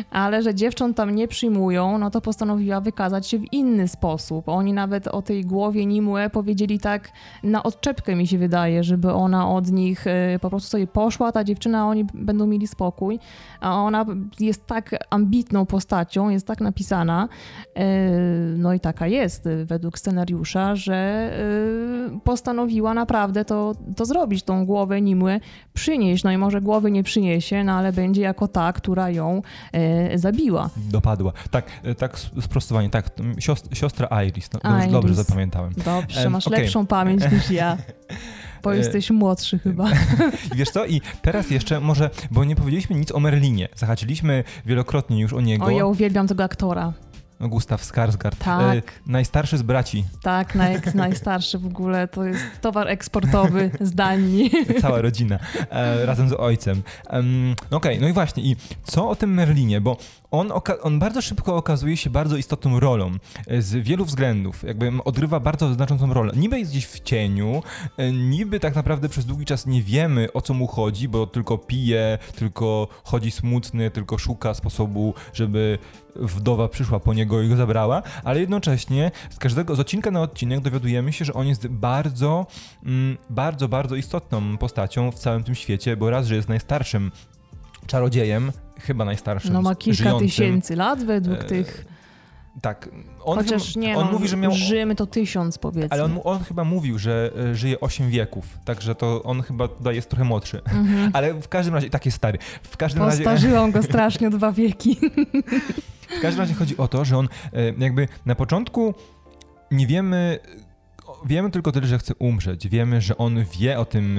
Ale że dziewcząt tam nie przyjmują, no to postanowiła wykazać się w inny sposób. Oni nawet o tej głowie Nimue powiedzieli tak na odczepkę, mi się wydaje, żeby ona od nich po prostu sobie poszła, ta dziewczyna, a oni będą mieli spokój. A ona jest tak ambitną postacią, jest tak napisana, no i taka jest według scenariusza, że postanowiła naprawdę to zrobić, tą głowę Nimue przynieść. No i może głowy nie przyniesie, no ale będzie jako ta, która ją zabiła. Dopadła. Tak sprostowanie, tak. Siostra Iris. No, Iris. Dobrze zapamiętałem. Dobrze, masz lepszą pamięć niż ja. Bo jesteś młodszy chyba. Wiesz co? I teraz jeszcze może, bo nie powiedzieliśmy nic o Merlinie. Zahaczyliśmy wielokrotnie już o niego. O, ja uwielbiam tego aktora. Gustav Skarsgård. Tak. Najstarszy z braci. Tak, najstarszy w ogóle. To jest towar eksportowy z Danii. Cała rodzina. Razem z ojcem. Okej, no i właśnie. I co o tym Merlinie? Bo on bardzo szybko okazuje się bardzo istotną rolą. Z wielu względów. Jakby odgrywa bardzo znaczącą rolę. Niby jest gdzieś w cieniu, niby tak naprawdę przez długi czas nie wiemy, o co mu chodzi, bo tylko pije, tylko chodzi smutny, tylko szuka sposobu, żeby wdowa przyszła po niego i go zabrała, ale jednocześnie z odcinka na odcinek dowiadujemy się, że on jest bardzo, bardzo, bardzo istotną postacią w całym tym świecie, bo raz, że jest najstarszym czarodziejem, chyba najstarszym no ma kilka żyjącym. tysięcy lat według tych... Tak. Chociaż nie, on mówi, że miał... Rzymy to 1000 powiedzmy. Ale on chyba mówił, że żyje 8 wieków, także to on chyba tutaj jest trochę młodszy. Ale w każdym razie, tak jest stary. Postarzyłam go strasznie o 2 wieki. W każdym razie chodzi o to, że on jakby na początku nie wiemy tylko tyle, że chce umrzeć. Wiemy, że on wie o tym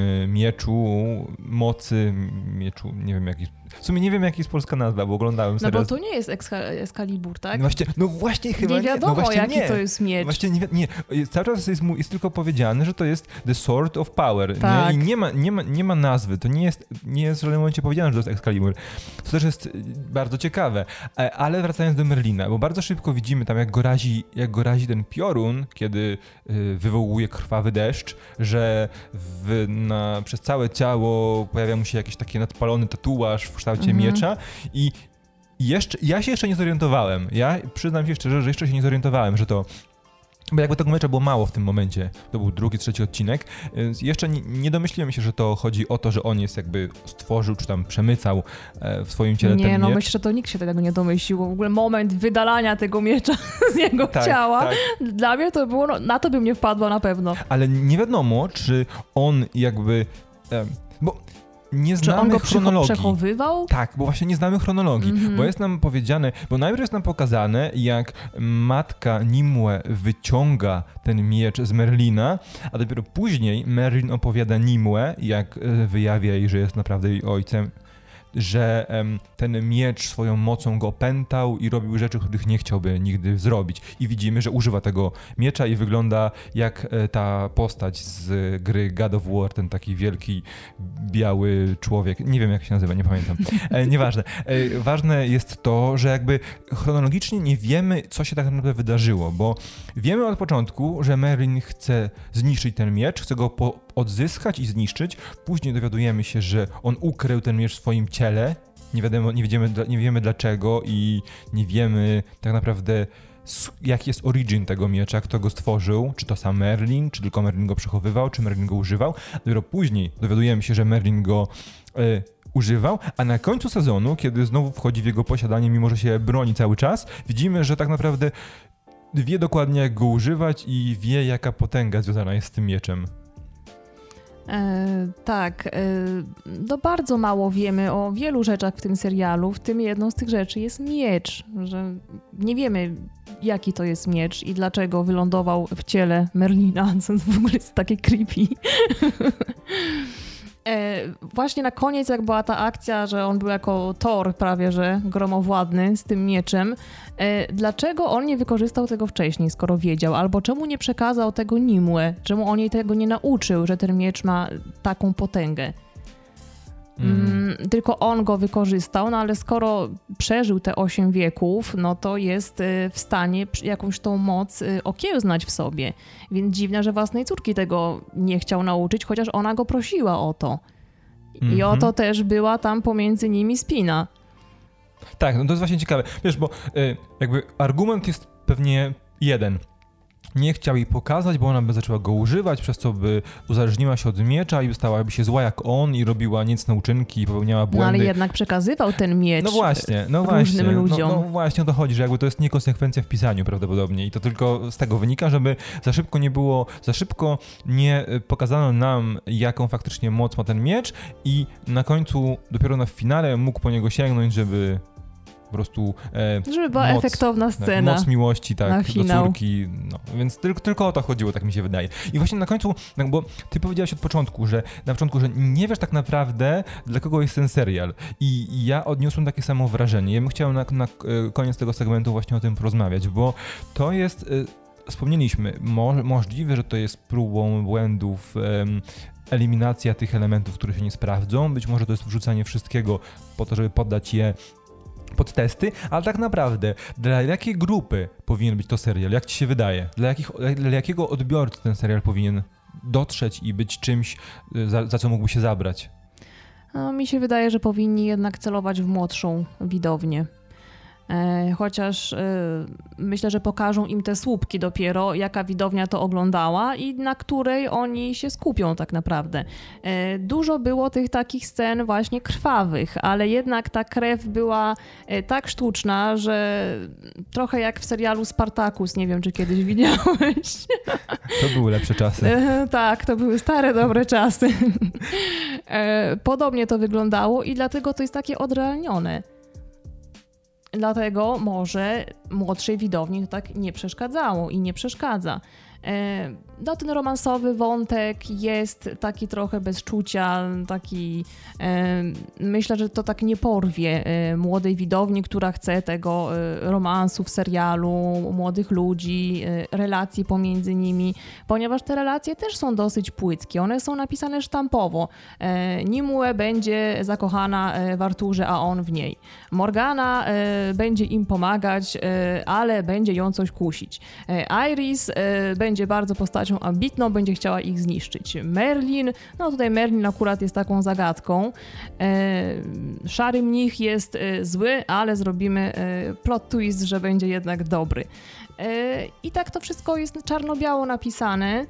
mocy, nie wiem jaki. W sumie nie wiem, jaki jest polska nazwa, bo oglądałem serial. No bo to nie jest Excalibur, tak? No właśnie chyba nie wiadomo, no jaki nie. To jest miecz. Właśnie nie. Cały czas jest tylko powiedziane, że to jest The Sword of Power. Tak. Nie? I nie ma nazwy. To nie jest w żadnym momencie powiedziane, że to jest Excalibur. To też jest bardzo ciekawe. Ale wracając do Merlina, bo bardzo szybko widzimy tam, jak go razi ten piorun, kiedy wywołuje krwawy deszcz, że przez całe ciało pojawia mu się jakiś taki nadpalony tatuaż w kształcie miecza i ja się jeszcze nie zorientowałem. Ja przyznam się szczerze, że jeszcze się nie zorientowałem, że to... Bo jakby tego mecza było mało w tym momencie. To był 2., 3. odcinek. Jeszcze nie domyśliłem się, że to chodzi o to, że on jest jakby stworzył, czy tam przemycał w swoim ciele ten miecz. Nie, myślę, że to nikt się tego nie domyślił. W ogóle moment wydalania tego miecza z jego ciała. Tak. Dla mnie to było, na to bym nie wpadła na pewno. Ale nie wiadomo, czy on jakby... bo nie znamy chronologii. Czy on go przechowywał? Tak, bo właśnie nie znamy chronologii, bo jest nam powiedziane, bo najpierw jest nam pokazane, jak matka Nimue wyciąga ten miecz z Merlina, a dopiero później Merlin opowiada Nimue, jak wyjawia jej, że jest naprawdę jej ojcem, że ten miecz swoją mocą go opętał i robił rzeczy, których nie chciałby nigdy zrobić. I widzimy, że używa tego miecza i wygląda jak ta postać z gry God of War, ten taki wielki, biały człowiek. Nie wiem, jak się nazywa, nie pamiętam. Nieważne. Ważne jest to, że jakby chronologicznie nie wiemy, co się tak naprawdę wydarzyło, bo wiemy od początku, że Merlin chce zniszczyć ten miecz, chce go odzyskać i zniszczyć. Później dowiadujemy się, że on ukrył ten miecz w swoim ciele. Nie wiemy dlaczego i nie wiemy tak naprawdę, jaki jest origin tego miecza, kto go stworzył, czy to sam Merlin, czy tylko Merlin go przechowywał, czy Merlin go używał. Dopiero później dowiadujemy się, że Merlin go używał, a na końcu sezonu, kiedy znowu wchodzi w jego posiadanie, mimo że się broni cały czas, widzimy, że tak naprawdę wie dokładnie, jak go używać i wie, jaka potęga związana jest z tym mieczem. Tak, no bardzo mało wiemy o wielu rzeczach w tym serialu, w tym jedną z tych rzeczy jest miecz, że nie wiemy, jaki to jest miecz i dlaczego wylądował w ciele Merlina, co w ogóle jest takie creepy. Właśnie na koniec, jak była ta akcja, że on był jako Thor prawie, że gromowładny z tym mieczem, dlaczego on nie wykorzystał tego wcześniej, skoro wiedział? Albo czemu nie przekazał tego Nimue? Czemu on jej tego nie nauczył, że ten miecz ma taką potęgę? Tylko on go wykorzystał, no ale skoro przeżył te 8 wieków, no to jest w stanie jakąś tą moc okiełznać w sobie. Więc dziwne, że własnej córki tego nie chciał nauczyć, chociaż ona go prosiła o to. I o to też była tam pomiędzy nimi spina. Tak, no to jest właśnie ciekawe. Wiesz, bo jakby argument jest pewnie jeden. Nie chciał jej pokazać, bo ona by zaczęła go używać, przez co by uzależniła się od miecza i stałaby się zła jak on i robiła niecne uczynki i popełniała błędy. No ale jednak przekazywał ten miecz różnym ludziom. No właśnie o to chodzi, że jakby to jest niekonsekwencja w pisaniu prawdopodobnie i to tylko z tego wynika, żeby za szybko nie pokazano nam, jaką faktycznie moc ma ten miecz i na końcu, dopiero w finale mógł po niego sięgnąć, żeby po prostu żeby była efektowna scena. Moc miłości, tak, do córki. No. Więc tylko o to chodziło, tak mi się wydaje. I właśnie na końcu, bo ty powiedziałaś od początku, że nie wiesz tak naprawdę, dla kogo jest ten serial. I ja odniosłem takie samo wrażenie. Ja bym chciał na koniec tego segmentu właśnie o tym porozmawiać, bo to jest, wspomnieliśmy, możliwe, że to jest próbą błędów, eliminacja tych elementów, które się nie sprawdzą. Być może to jest wrzucanie wszystkiego po to, żeby poddać je pod testy, ale tak naprawdę dla jakiej grupy powinien być to serial? Jak ci się wydaje? Dla jakiego odbiorcy ten serial powinien dotrzeć i być czymś, za co mógłby się zabrać? No, mi się wydaje, że powinni jednak celować w młodszą widownię. Chociaż myślę, że pokażą im te słupki dopiero, jaka widownia to oglądała i na której oni się skupią tak naprawdę. Dużo było tych takich scen właśnie krwawych, ale jednak ta krew była tak sztuczna, że trochę jak w serialu Spartacus, nie wiem, czy kiedyś widziałeś. To były lepsze czasy. Tak, to były stare, dobre czasy. Podobnie to wyglądało i dlatego to jest takie odrealnione. Dlatego może młodszej widowni to tak nie przeszkadzało i nie przeszkadza. No ten romansowy wątek jest taki trochę bez czucia, taki myślę, że to tak nie porwie młodej widowni, która chce tego romansu w serialu, młodych ludzi, relacji pomiędzy nimi, ponieważ te relacje też są dosyć płytkie, one są napisane sztampowo. Nimue będzie zakochana w Arturze, a on w niej. Morgana będzie im pomagać, ale będzie ją coś kusić. Iris będzie bardzo postacią ambitną, będzie chciała ich zniszczyć. Merlin, no tutaj Merlin akurat jest taką zagadką. Szary mnich jest zły, ale zrobimy plot twist, że będzie jednak dobry. I tak to wszystko jest czarno-biało napisane.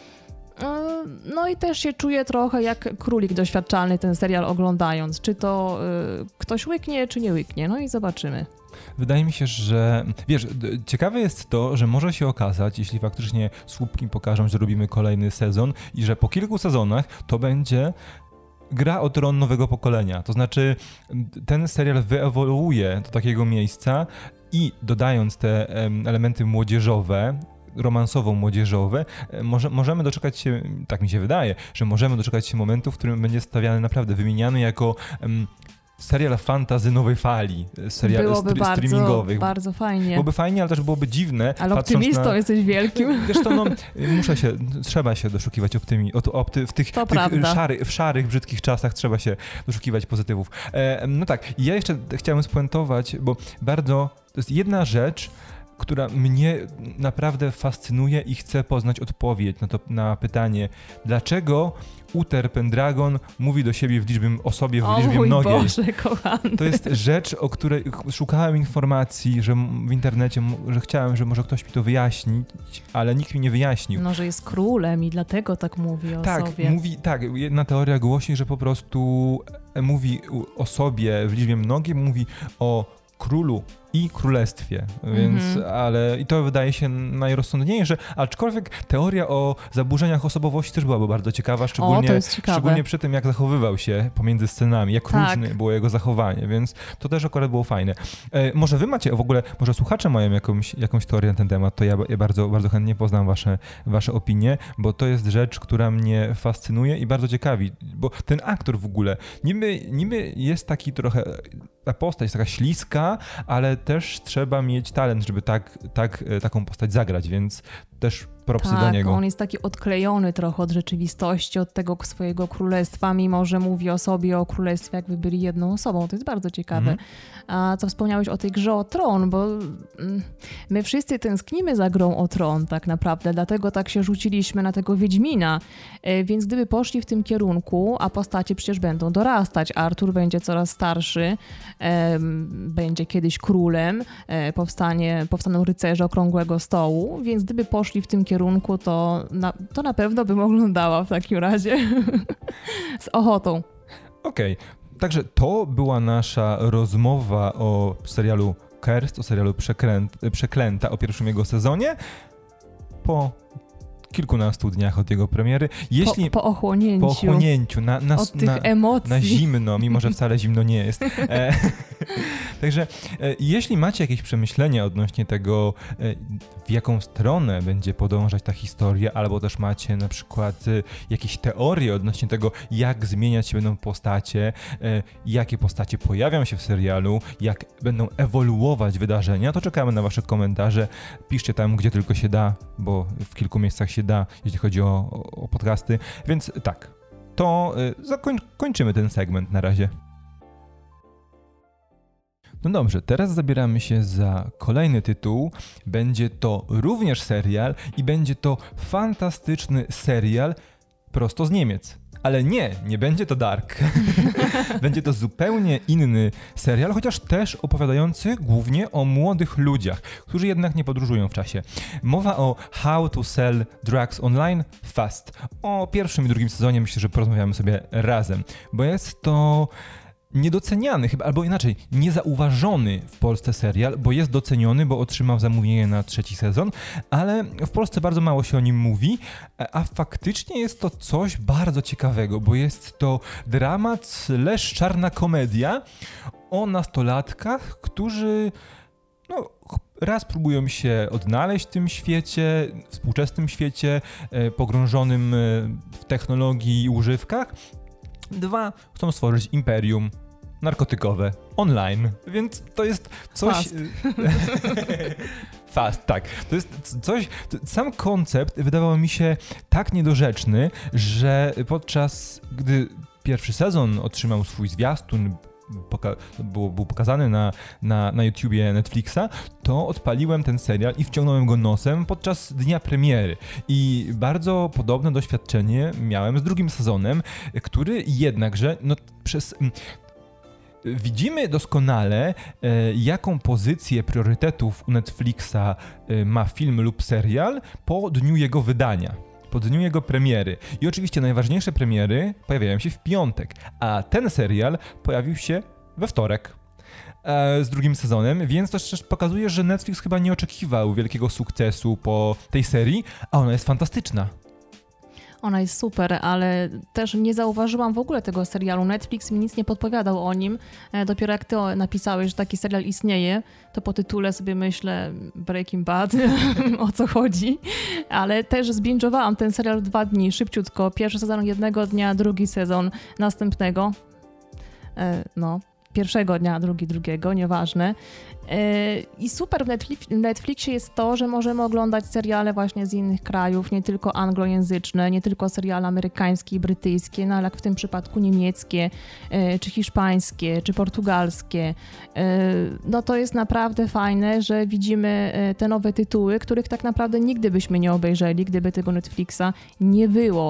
No i też się czuję trochę jak królik doświadczalny ten serial oglądając. Czy to ktoś łyknie, czy nie łyknie. No i zobaczymy. Wydaje mi się, że wiesz, ciekawe jest to, że może się okazać, jeśli faktycznie słupki pokażą, że robimy kolejny sezon i że po kilku sezonach to będzie Gra o Tron nowego pokolenia. To znaczy ten serial wyewoluuje do takiego miejsca i dodając te elementy młodzieżowe, romansowo-młodzieżowe, możemy doczekać się, tak mi się wydaje, że możemy doczekać się momentu, w którym będzie stawiany naprawdę, wymieniany jako serial fantasy nowej fali, serial streamingowych. Bardzo fajnie. Byłoby fajnie, ale też byłoby dziwne. Ale optymistą jesteś wielkim. Wiesz to, trzeba się doszukiwać w tych szarych, brzydkich czasach trzeba się doszukiwać pozytywów. No tak, ja jeszcze chciałem spuentować, bo to jest jedna rzecz, która mnie naprawdę fascynuje i chcę poznać odpowiedź na pytanie, dlaczego Uther Pendragon mówi do siebie w liczbie mnogiej. Boże, kochany. To jest rzecz, o której szukałem informacji, że w internecie, że chciałem, że może ktoś mi to wyjaśnić, ale nikt mi nie wyjaśnił. No, że jest królem i dlatego tak mówi o sobie. Jedna teoria głosi, że po prostu mówi o sobie w liczbie mnogiej, mówi o królu i królestwie, więc, ale i to wydaje się najrozsądniejsze, aczkolwiek teoria o zaburzeniach osobowości też byłaby bardzo ciekawa, szczególnie przy tym, jak zachowywał się pomiędzy scenami, jak różne było jego zachowanie, więc to też akurat było fajne. Może wy macie, może słuchacze mają jakąś teorię na ten temat, to ja bardzo, bardzo chętnie poznam wasze opinie, bo to jest rzecz, która mnie fascynuje i bardzo ciekawi, bo ten aktor w ogóle niby jest taki trochę, ta postać taka śliska, ale też trzeba mieć talent, żeby taką postać zagrać, więc też propsy tak, dla niego. On jest taki odklejony trochę od rzeczywistości, od tego swojego królestwa, mimo że mówi o sobie, o królestwie, jakby byli jedną osobą. To jest bardzo ciekawe. A co wspomniałeś o tej grze o tron, bo my wszyscy tęsknimy za grą o tron tak naprawdę, dlatego tak się rzuciliśmy na tego Wiedźmina. Więc gdyby poszli w tym kierunku, a postacie przecież będą dorastać, Artur będzie coraz starszy, będzie kiedyś królem, powstaną rycerze Okrągłego Stołu, więc gdyby poszli w tym kierunku, to na pewno bym oglądała w takim razie z ochotą. Okej. Także to była nasza rozmowa o serialu Cursed, o serialu Przeklęta, o pierwszym jego sezonie. Po kilkunastu dniach od jego premiery. Po ochłonięciu. Po ochłonięciu. Od tych emocji. Na zimno, mimo że wcale zimno nie jest. Także jeśli macie jakieś przemyślenia odnośnie tego, w jaką stronę będzie podążać ta historia, albo też macie na przykład jakieś teorie odnośnie tego, jak zmieniać się będą postacie, jakie postacie pojawią się w serialu, jak będą ewoluować wydarzenia, to czekamy na wasze komentarze. Piszcie tam, gdzie tylko się da, bo w kilku miejscach się da, jeśli chodzi o podcasty. Więc tak, to kończymy ten segment na razie. No dobrze, teraz zabieramy się za kolejny tytuł. Będzie to również serial i będzie to fantastyczny serial prosto z Niemiec. Ale nie będzie to Dark. Będzie to zupełnie inny serial, chociaż też opowiadający głównie o młodych ludziach, którzy jednak nie podróżują w czasie. Mowa o How to Sell Drugs Online Fast. O pierwszym i drugim sezonie myślę, że porozmawiamy sobie razem, bo jest to niedoceniany chyba, albo inaczej, niezauważony w Polsce serial, bo jest doceniony, bo otrzymał zamówienie na 3. sezon, ale w Polsce bardzo mało się o nim mówi, a faktycznie jest to coś bardzo ciekawego, bo jest to dramat / czarna komedia o nastolatkach, którzy raz próbują się odnaleźć w tym świecie, współczesnym świecie, pogrążonym w technologii i używkach. 2. Chcą stworzyć imperium narkotykowe online, więc to jest coś... Fast. Fast, tak. To jest coś... Sam koncept wydawał mi się tak niedorzeczny, że podczas gdy pierwszy sezon otrzymał swój zwiastun, był pokazany na YouTubie Netflixa, to odpaliłem ten serial i wciągnąłem go nosem podczas dnia premiery. I bardzo podobne doświadczenie miałem z drugim sezonem, który jednakże widzimy doskonale, jaką pozycję priorytetów u Netflixa ma film lub serial po dniu jego wydania. Po dniu jego premiery. I oczywiście najważniejsze premiery pojawiają się w piątek, a ten serial pojawił się we wtorek z drugim sezonem, więc to też pokazuje, że Netflix chyba nie oczekiwał wielkiego sukcesu po tej serii, a ona jest fantastyczna. Ona jest super, ale też nie zauważyłam w ogóle tego serialu. Netflix mi nic nie podpowiadał o nim. Dopiero jak ty napisałeś, że taki serial istnieje, to po tytule sobie myślę Breaking Bad, o co chodzi. Ale też zbinge'owałam ten serial w 2 dni, szybciutko. Pierwszy sezon jednego dnia, drugi sezon następnego. Pierwszego dnia, drugiego, nieważne. I super w Netflixie jest to, że możemy oglądać seriale właśnie z innych krajów, nie tylko anglojęzyczne, nie tylko seriale amerykańskie i brytyjskie, ale jak w tym przypadku niemieckie, czy hiszpańskie, czy portugalskie. To jest naprawdę fajne, że widzimy te nowe tytuły, których tak naprawdę nigdy byśmy nie obejrzeli, gdyby tego Netflixa nie było.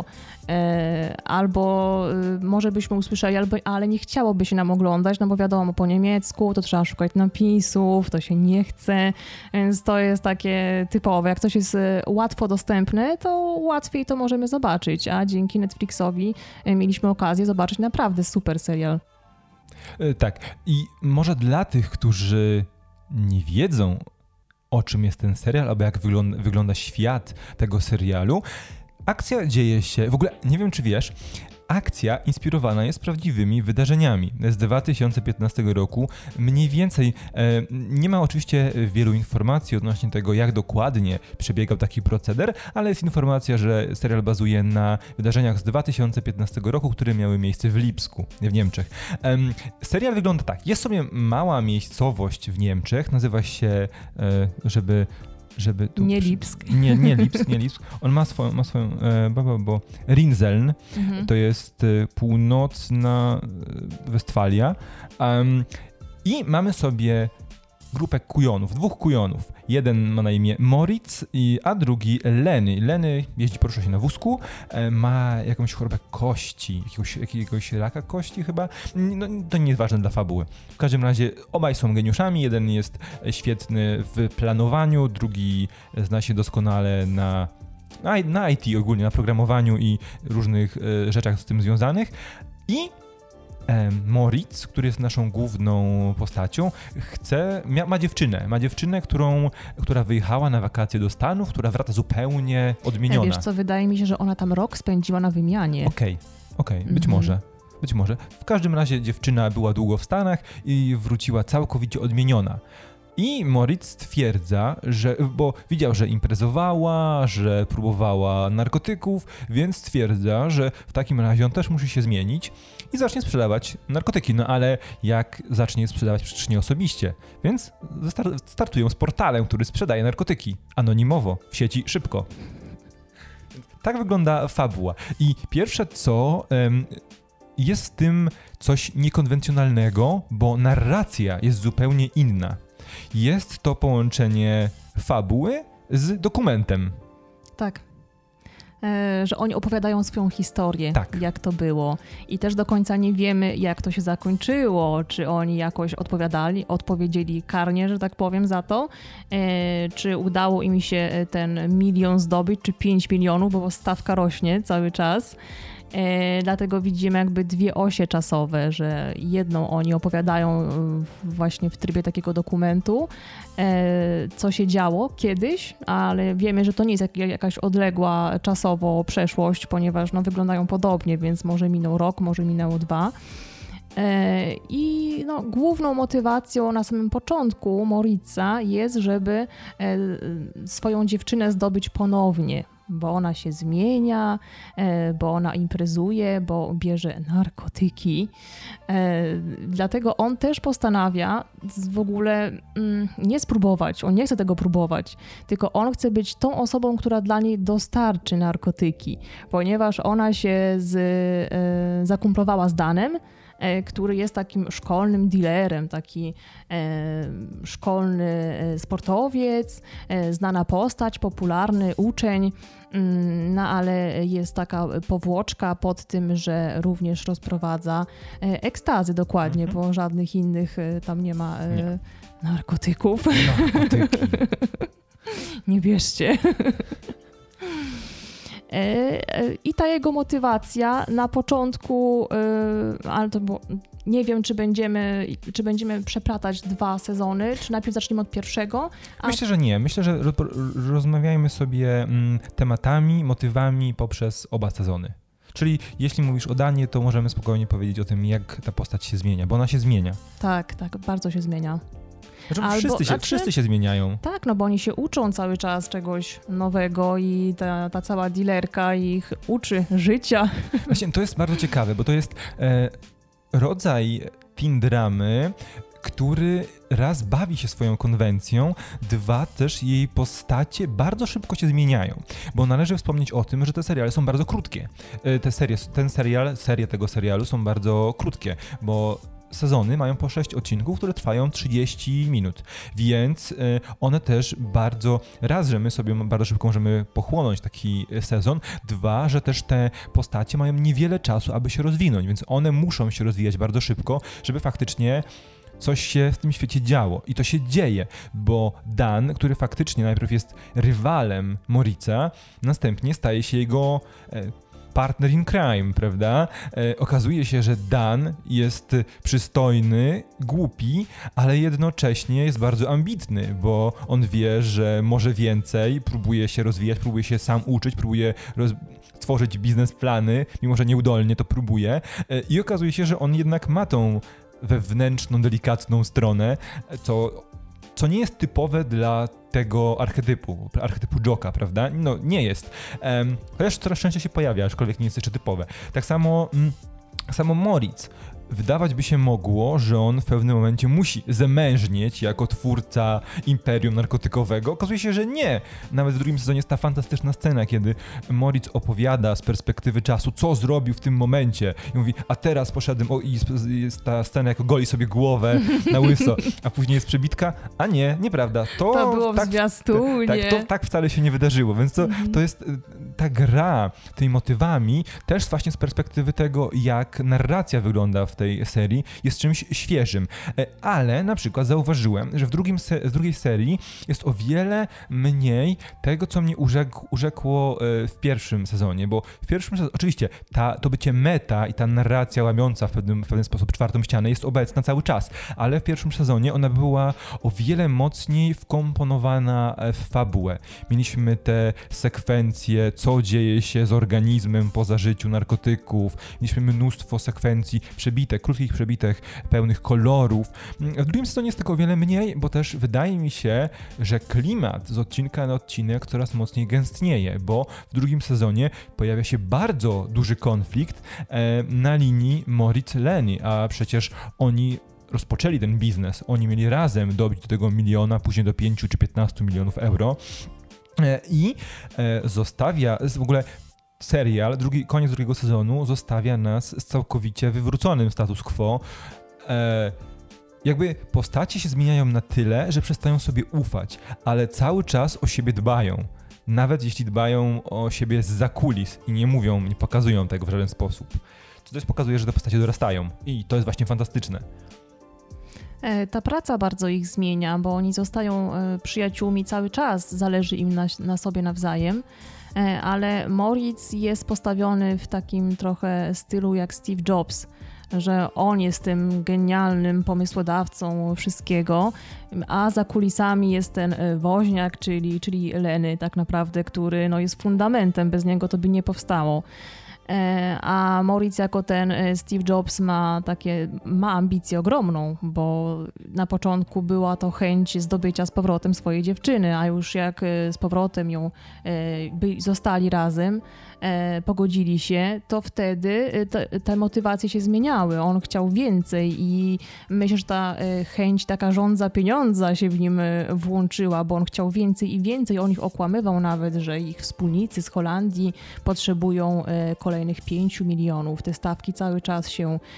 Albo może byśmy usłyszeli, ale nie chciałoby się nam oglądać, bo wiadomo, po niemiecku to trzeba szukać napisów, to się nie chce, więc to jest takie typowe. Jak coś jest łatwo dostępne, to łatwiej to możemy zobaczyć, a dzięki Netflixowi mieliśmy okazję zobaczyć naprawdę super serial. Tak, i może dla tych, którzy nie wiedzą, o czym jest ten serial, albo jak wygląda świat tego serialu, akcja dzieje się, w ogóle nie wiem czy wiesz, akcja inspirowana jest prawdziwymi wydarzeniami z 2015 roku. Mniej więcej, nie ma oczywiście wielu informacji odnośnie tego, jak dokładnie przebiegał taki proceder, ale jest informacja, że serial bazuje na wydarzeniach z 2015 roku, które miały miejsce w Lipsku, w Niemczech. Serial wygląda tak. Jest sobie mała miejscowość w Niemczech, nazywa się, żeby żeby tu... Nie Lipsk. Nie Lipsk. On ma swoją Rinzeln, to jest północna Westfalia. I mamy sobie grupę kujonów, 2 kujonów. Jeden ma na imię Moritz, a drugi Leny. Leny jeździ, porusza się na wózku, ma jakąś chorobę kości, jakiegoś raka kości chyba. No, to nie jest ważne dla fabuły. W każdym razie obaj są geniuszami. Jeden jest świetny w planowaniu, drugi zna się doskonale na IT ogólnie, na programowaniu i różnych rzeczach z tym związanych. I Moritz, który jest naszą główną postacią, ma dziewczynę, która wyjechała na wakacje do Stanów, która wraca zupełnie odmieniona. Wiesz co, wydaje mi się, że ona tam rok spędziła na wymianie. Okej, być może. W każdym razie dziewczyna była długo w Stanach i wróciła całkowicie odmieniona. I Moritz stwierdza, bo widział, że imprezowała, że próbowała narkotyków, więc stwierdza, że w takim razie on też musi się zmienić i zacznie sprzedawać narkotyki. No ale jak zacznie je sprzedawać? Przecież nie osobiście. Więc startują z portalem, który sprzedaje narkotyki. Anonimowo, w sieci, szybko. Tak wygląda fabuła. I pierwsze co... jest w tym coś niekonwencjonalnego, bo narracja jest zupełnie inna. Jest to połączenie fabuły z dokumentem. Tak. Że oni opowiadają swoją historię, jak to było. I też do końca nie wiemy, jak to się zakończyło. Czy oni jakoś odpowiedzieli karnie, że tak powiem, za to. Czy udało im się ten 1 milion zdobyć, czy 5 milionów, bo stawka rośnie cały czas. Dlatego widzimy jakby 2 osie czasowe, że jedną oni opowiadają właśnie w trybie takiego dokumentu, co się działo kiedyś, ale wiemy, że to nie jest jakaś odległa czasowo przeszłość, ponieważ wyglądają podobnie, więc może minął rok, może minęło 2. I główną motywacją na samym początku Moritza jest, żeby swoją dziewczynę zdobyć ponownie, bo ona się zmienia, bo ona imprezuje, bo bierze narkotyki. Dlatego on też postanawia w ogóle nie spróbować, on nie chce tego próbować, tylko on chce być tą osobą, która dla niej dostarczy narkotyki, ponieważ ona się zakumplowała z Danem, który jest takim szkolnym dealerem, taki szkolny sportowiec, znana postać, popularny uczeń, ale jest taka powłoczka pod tym, że również rozprowadza ekstazy dokładnie, bo żadnych innych tam nie ma narkotyków. Narkotyki. Nie bierzcie. I ta jego motywacja na początku, ale to było, nie wiem, czy będziemy przeplatać 2 sezony, czy najpierw zaczniemy od pierwszego. Myślę, że nie. Myślę, że rozmawiajmy sobie tematami, motywami poprzez oba sezony. Czyli jeśli mówisz o Danie, to możemy spokojnie powiedzieć o tym, jak ta postać się zmienia, bo ona się zmienia. Tak, bardzo się zmienia. Wszyscy się zmieniają. Tak, bo oni się uczą cały czas czegoś nowego i ta cała dealerka ich uczy życia. Właśnie to jest bardzo ciekawe, bo to jest rodzaj teen dramy, który raz bawi się swoją konwencją, 2 też jej postacie bardzo szybko się zmieniają, bo należy wspomnieć o tym, że te seriale są bardzo krótkie. Serie tego serialu są bardzo krótkie, bo sezony mają po 6 odcinków, które trwają 30 minut, więc one też że my sobie bardzo szybko możemy pochłonąć taki sezon, 2, że też te postacie mają niewiele czasu, aby się rozwinąć, więc one muszą się rozwijać bardzo szybko, żeby faktycznie coś się w tym świecie działo. I to się dzieje, bo Dan, który faktycznie najpierw jest rywalem Moritza, następnie staje się jego partner in crime, prawda? Okazuje się, że Dan jest przystojny, głupi, ale jednocześnie jest bardzo ambitny, bo on wie, że może więcej, próbuje się rozwijać, próbuje się sam uczyć, próbuje tworzyć biznesplany, mimo że nieudolnie to próbuje i okazuje się, że on jednak ma tą wewnętrzną, delikatną stronę, co nie jest typowe dla tego archetypu Joka, prawda? No, nie jest. Chociaż coraz częściej się pojawia, aczkolwiek nie jest jeszcze typowe. Tak samo Moritz. wydawać by się mogło, że on w pewnym momencie musi zemężnieć jako twórca imperium narkotykowego. Okazuje się, że nie. Nawet w drugim sezonie jest ta fantastyczna scena, kiedy Moritz opowiada z perspektywy czasu, co zrobił w tym momencie. I mówi, a teraz poszedłem, i jest ta scena, jak goli sobie głowę na łyso, a później jest przebitka, a nie, nieprawda. To było w zwiastunie. Tak wcale się nie wydarzyło, więc to jest ta gra tymi motywami, też właśnie z perspektywy tego, jak narracja wygląda w tej serii, jest czymś świeżym. Ale na przykład zauważyłem, że w drugiej serii jest o wiele mniej tego, co mnie urzekło w pierwszym sezonie, bo w pierwszym sezonie, oczywiście, to bycie meta i ta narracja łamiąca w pewien sposób czwartą ścianę jest obecna cały czas, ale w pierwszym sezonie ona była o wiele mocniej wkomponowana w fabułę. Mieliśmy te sekwencje, co dzieje się z organizmem po zażyciu narkotyków, mieliśmy mnóstwo sekwencji krótkich przebitek, pełnych kolorów. W drugim sezonie jest tego o wiele mniej, bo też wydaje mi się, że klimat z odcinka na odcinek coraz mocniej gęstnieje, bo w drugim sezonie pojawia się bardzo duży konflikt na linii Moritz-Leni, a przecież oni rozpoczęli ten biznes, oni mieli razem dobić do tego 1 miliona, później do 5 czy 15 milionów euro i zostawia w ogóle serial, koniec drugiego sezonu zostawia nas z całkowicie wywróconym status quo. Jakby postacie się zmieniają na tyle, że przestają sobie ufać, ale cały czas o siebie dbają. Nawet jeśli dbają o siebie zza kulis i nie pokazują tego w żaden sposób. Co też pokazuje, że te postacie dorastają i to jest właśnie fantastyczne. Ta praca bardzo ich zmienia, bo oni zostają przyjaciółmi cały czas, zależy im na sobie nawzajem, ale Moritz jest postawiony w takim trochę stylu jak Steve Jobs, że on jest tym genialnym pomysłodawcą wszystkiego, a za kulisami jest ten woźniak, czyli Lenny tak naprawdę, który jest fundamentem, bez niego to by nie powstało. A Moritz jako ten Steve Jobs ma ambicję ogromną, bo na początku była to chęć zdobycia z powrotem swojej dziewczyny, a już jak z powrotem ją zostali razem, pogodzili się, to wtedy te motywacje się zmieniały. On chciał więcej i myślę, że ta chęć, taka żądza pieniądza się w nim włączyła, bo on chciał więcej i więcej. On ich okłamywał nawet, że ich wspólnicy z Holandii potrzebują kolejnych 5 milionów. Te stawki cały czas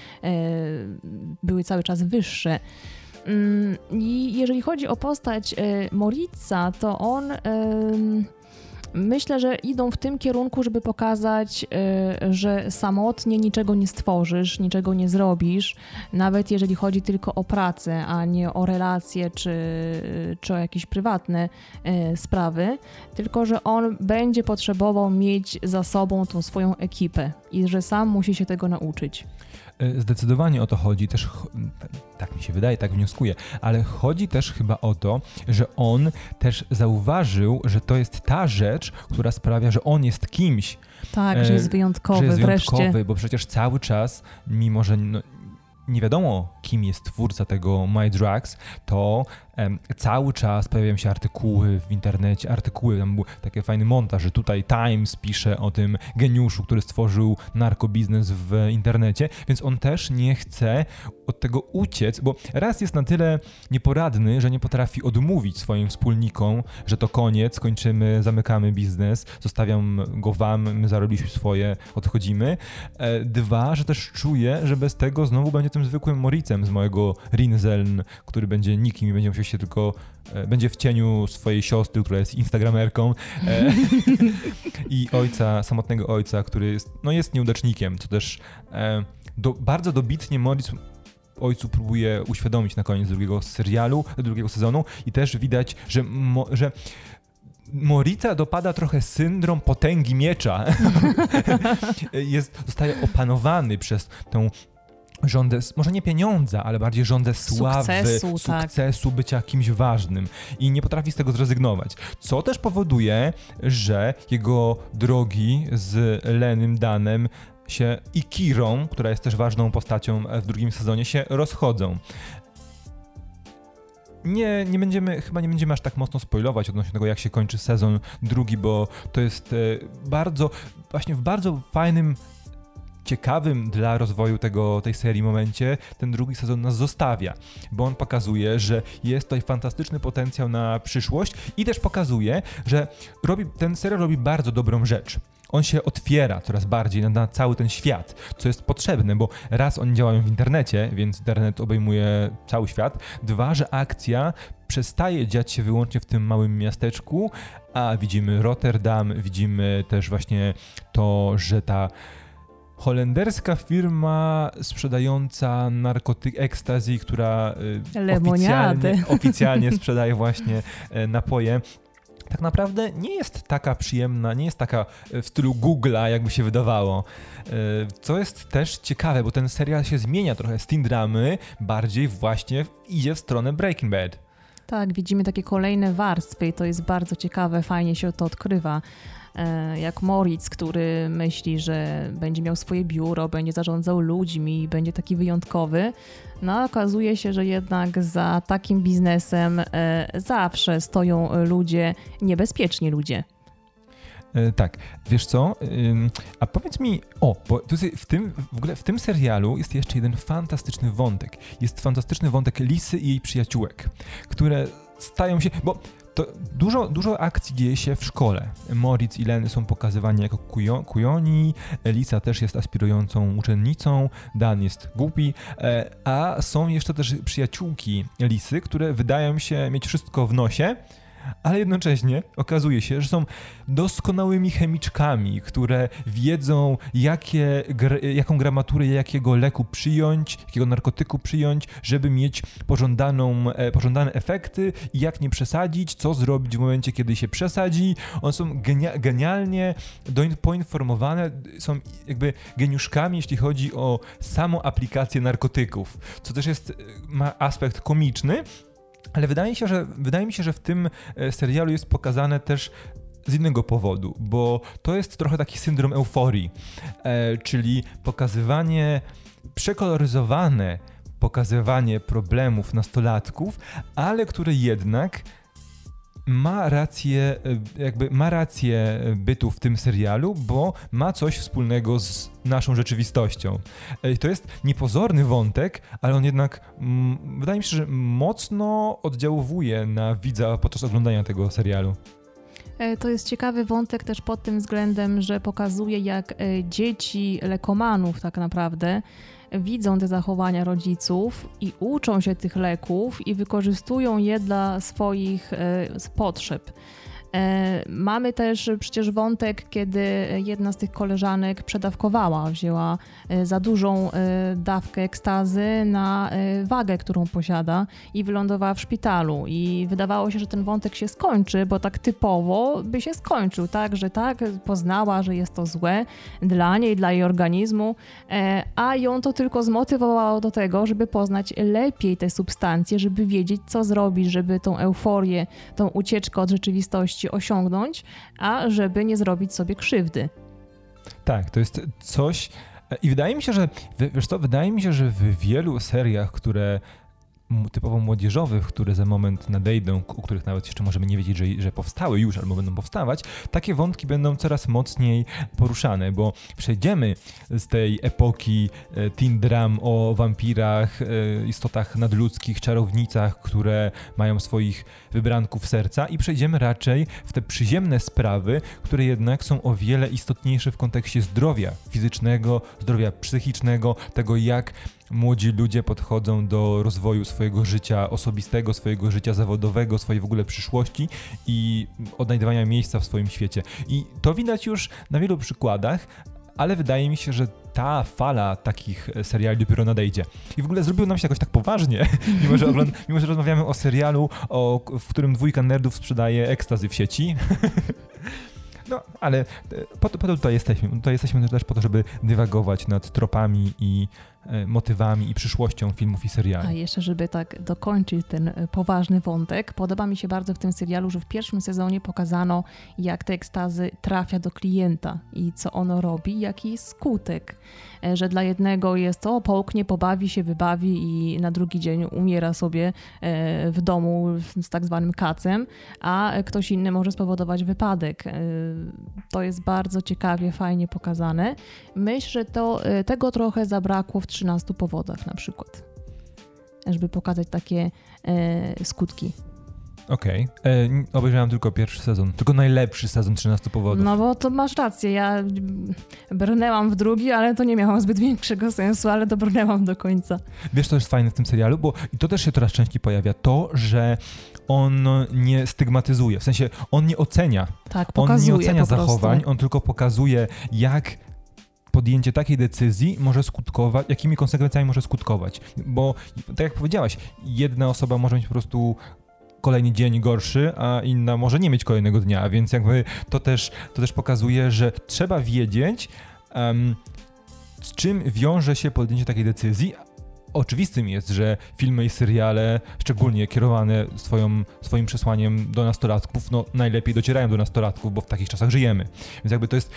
były cały czas wyższe. I jeżeli chodzi o postać Moritza, to on... Myślę, że idą w tym kierunku, żeby pokazać, że samotnie niczego nie stworzysz, niczego nie zrobisz, nawet jeżeli chodzi tylko o pracę, a nie o relacje czy o jakieś prywatne sprawy, tylko że on będzie potrzebował mieć za sobą tą swoją ekipę i że sam musi się tego nauczyć. Zdecydowanie o to chodzi, też tak mi się wydaje, tak wnioskuję, ale chodzi też chyba o to, że on też zauważył, że to jest ta rzecz, która sprawia, że on jest kimś. Tak, że jest wyjątkowy wreszcie. Bo przecież cały czas, mimo że nie wiadomo, kim jest twórca tego My Drugs, to cały czas pojawiają się artykuły w internecie, tam był taki fajny montaż, że tutaj Times pisze o tym geniuszu, który stworzył narkobiznes w internecie, więc on też nie chce od tego uciec, bo raz jest na tyle nieporadny, że nie potrafi odmówić swoim wspólnikom, że to koniec, kończymy, zamykamy biznes, zostawiam go wam, my zarobiliśmy swoje, odchodzimy. Dwa, że też czuje, że bez tego znowu będzie tym zwykłym Moritzem z małego Rinseln, który będzie nikim i będzie musiał się tylko, będzie w cieniu swojej siostry, która jest instagramerką i samotnego ojca, który jest nieudacznikiem, co też bardzo dobitnie Moritz ojcu próbuje uświadomić na koniec drugiego sezonu i też widać, że Moritza dopada trochę syndrom potęgi miecza. Zostaje opanowany przez tą żądę, może nie pieniądza, ale bardziej żądę sławy, sukcesu, bycia kimś ważnym i nie potrafi z tego zrezygnować. Co też powoduje, że jego drogi z Lenym Danem i Kirą, która jest też ważną postacią w drugim sezonie, się rozchodzą. Chyba nie będziemy aż tak mocno spoilować odnośnie tego, jak się kończy sezon drugi, bo to jest w bardzo fajnym, ciekawym dla rozwoju tej serii momencie ten drugi sezon nas zostawia, bo on pokazuje, że jest tutaj fantastyczny potencjał na przyszłość i też pokazuje, że ten serial robi bardzo dobrą rzecz. On się otwiera coraz bardziej na cały ten świat, co jest potrzebne, bo raz oni działają w internecie, więc internet obejmuje cały świat. Dwa, że akcja przestaje dziać się wyłącznie w tym małym miasteczku, a widzimy Rotterdam, widzimy też właśnie to, że ta holenderska firma sprzedająca ecstasy, która oficjalnie sprzedaje właśnie napoje, tak naprawdę nie jest taka przyjemna, nie jest taka w stylu Google'a, jakby się wydawało. Co jest też ciekawe, bo ten serial się zmienia trochę z teen dramy, bardziej właśnie idzie w stronę Breaking Bad. Tak, widzimy takie kolejne warstwy i to jest bardzo ciekawe, fajnie się to odkrywa. Jak Moritz, który myśli, że będzie miał swoje biuro, będzie zarządzał ludźmi, będzie taki wyjątkowy. No okazuje się, że jednak za takim biznesem zawsze stoją niebezpieczni ludzie. Tak, wiesz co, a powiedz mi, bo w tym serialu jest jeszcze jeden fantastyczny wątek. Jest fantastyczny wątek Lisy i jej przyjaciółek, które stają się, bo to dużo akcji dzieje się w szkole. Moritz i Len są pokazywani jako kujoni, Lisa też jest aspirującą uczennicą, Dan jest głupi, a są jeszcze też przyjaciółki Lisy, które wydają się mieć wszystko w nosie, ale jednocześnie okazuje się, że są doskonałymi chemiczkami, które wiedzą, jaką gramaturę jakiego leku przyjąć, jakiego narkotyku przyjąć, żeby mieć pożądane efekty i jak nie przesadzić, co zrobić w momencie, kiedy się przesadzi. One są genialnie poinformowane, są jakby geniuszkami, jeśli chodzi o samą aplikację narkotyków, co też ma aspekt komiczny. Ale wydaje mi się, że w tym serialu jest pokazane też z innego powodu, bo to jest trochę taki syndrom euforii, czyli przekoloryzowane pokazywanie problemów nastolatków, ale które jednak ma rację bytu w tym serialu, bo ma coś wspólnego z naszą rzeczywistością. To jest niepozorny wątek, ale on jednak wydaje mi się, że mocno oddziałuje na widza podczas oglądania tego serialu. To jest ciekawy wątek też pod tym względem, że pokazuje, jak dzieci lekomanów tak naprawdę widzą te zachowania rodziców i uczą się tych leków i wykorzystują je dla swoich potrzeb. Mamy też przecież wątek, kiedy jedna z tych koleżanek przedawkowała, wzięła za dużą dawkę ekstazy na wagę, którą posiada i wylądowała w szpitalu i wydawało się, że ten wątek się skończy, bo tak typowo by się skończył, tak, że tak, poznała, że jest to złe dla niej, dla jej organizmu, a ją to tylko zmotywowało do tego, żeby poznać lepiej te substancje, żeby wiedzieć, co zrobić, żeby tą euforię, tą ucieczkę od rzeczywistości osiągnąć, a żeby nie zrobić sobie krzywdy. Tak, to jest coś i wydaje mi się, że w wielu seriach, które typowo młodzieżowych, które za moment nadejdą, o których nawet jeszcze możemy nie wiedzieć, że powstały już albo będą powstawać, takie wątki będą coraz mocniej poruszane, bo przejdziemy z tej epoki teen dram o wampirach, istotach nadludzkich, czarownicach, które mają swoich wybranków serca i przejdziemy raczej w te przyziemne sprawy, które jednak są o wiele istotniejsze w kontekście zdrowia fizycznego, zdrowia psychicznego, tego jak młodzi ludzie podchodzą do rozwoju swojego życia osobistego, swojego życia zawodowego, swojej w ogóle przyszłości i odnajdywania miejsca w swoim świecie. I to widać już na wielu przykładach, ale wydaje mi się, że ta fala takich seriali dopiero nadejdzie. I w ogóle zrobiło nam się jakoś tak poważnie, mimo że rozmawiamy o serialu, w którym dwójka nerdów sprzedaje ekstazy w sieci. No, ale po to tutaj jesteśmy. Tutaj jesteśmy też po to, żeby dywagować nad tropami i motywami i przyszłością filmów i seriali. A jeszcze, żeby tak dokończyć ten poważny wątek, podoba mi się bardzo w tym serialu, że w pierwszym sezonie pokazano, jak te ekstazy trafia do klienta i co ono robi, jaki jest skutek. Że dla jednego jest to połknie, pobawi się, wybawi i na drugi dzień umiera sobie w domu z tak zwanym kacem, a ktoś inny może spowodować wypadek. To jest bardzo ciekawie, fajnie pokazane. Myślę, że tego trochę zabrakło w 13 powodach na przykład, żeby pokazać takie skutki. Okej. Obejrzałem tylko pierwszy sezon. Tylko najlepszy sezon 13 powodów. No bo to masz rację. Ja brnęłam w drugi, ale to nie miało zbyt większego sensu, ale dobrnęłam do końca. Wiesz, co jest fajne w tym serialu? Bo i to też się coraz częściej pojawia. To, że on nie stygmatyzuje. W sensie, on nie ocenia. Tak, pokazuje. On nie ocenia po zachowań. prostu. On tylko pokazuje, jak podjęcie takiej decyzji może skutkować, jakimi konsekwencjami może skutkować. Bo, tak jak powiedziałaś, jedna osoba może mieć po prostu kolejny dzień gorszy, a inna może nie mieć kolejnego dnia, więc jakby to też pokazuje, że trzeba wiedzieć, z czym wiąże się podjęcie takiej decyzji. Oczywistym jest, że filmy i seriale, szczególnie kierowane swoim przesłaniem do nastolatków, no najlepiej docierają do nastolatków, bo w takich czasach żyjemy. Więc jakby to jest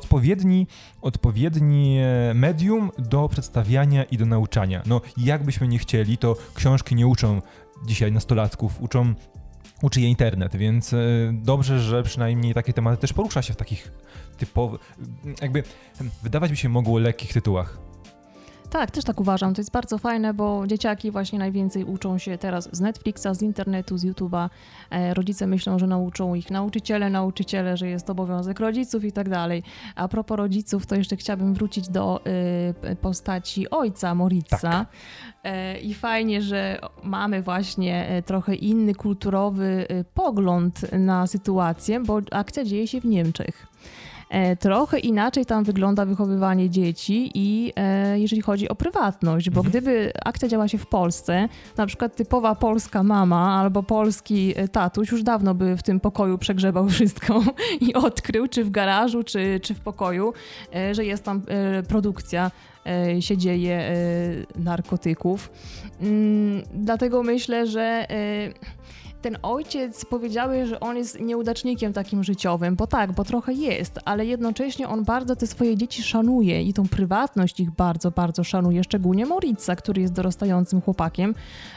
odpowiedni medium do przedstawiania i do nauczania. No jakbyśmy nie chcieli, to książki nie uczą dzisiaj nastolatków, uczy je internet, więc dobrze, że przynajmniej takie tematy też porusza się w takich typowych, jakby wydawać by się mogło lekkich tytułach. Tak, też tak uważam. To jest bardzo fajne, bo dzieciaki właśnie najwięcej uczą się teraz z Netflixa, z internetu, z YouTube'a. Rodzice myślą, że nauczą ich nauczyciele, że jest obowiązek rodziców i tak dalej. A propos rodziców, to jeszcze chciałabym wrócić do postaci ojca Moritza. Tak. I fajnie, że mamy właśnie trochę inny kulturowy pogląd na sytuację, bo akcja dzieje się w Niemczech. Trochę inaczej tam wygląda wychowywanie dzieci i jeżeli chodzi o prywatność, bo gdyby akcja działa się w Polsce, na przykład typowa polska mama albo polski tatuś już dawno by w tym pokoju przegrzebał wszystko i odkrył, czy w garażu, czy w pokoju, że jest tam produkcja, się dzieje narkotyków. Dlatego myślę, że ten ojciec powiedziały, że on jest nieudacznikiem takim życiowym, bo trochę jest, ale jednocześnie on bardzo te swoje dzieci szanuje i tą prywatność ich bardzo, bardzo szanuje, szczególnie Moritza, który jest dorastającym chłopakiem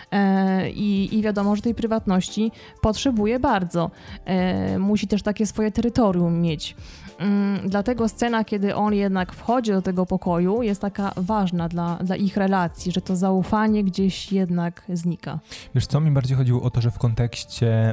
i wiadomo, że tej prywatności potrzebuje bardzo. Musi też takie swoje terytorium mieć. Dlatego scena, kiedy on jednak wchodzi do tego pokoju, jest taka ważna dla ich relacji, że to zaufanie gdzieś jednak znika. Wiesz co, mi bardziej chodziło o to, że w kontekście...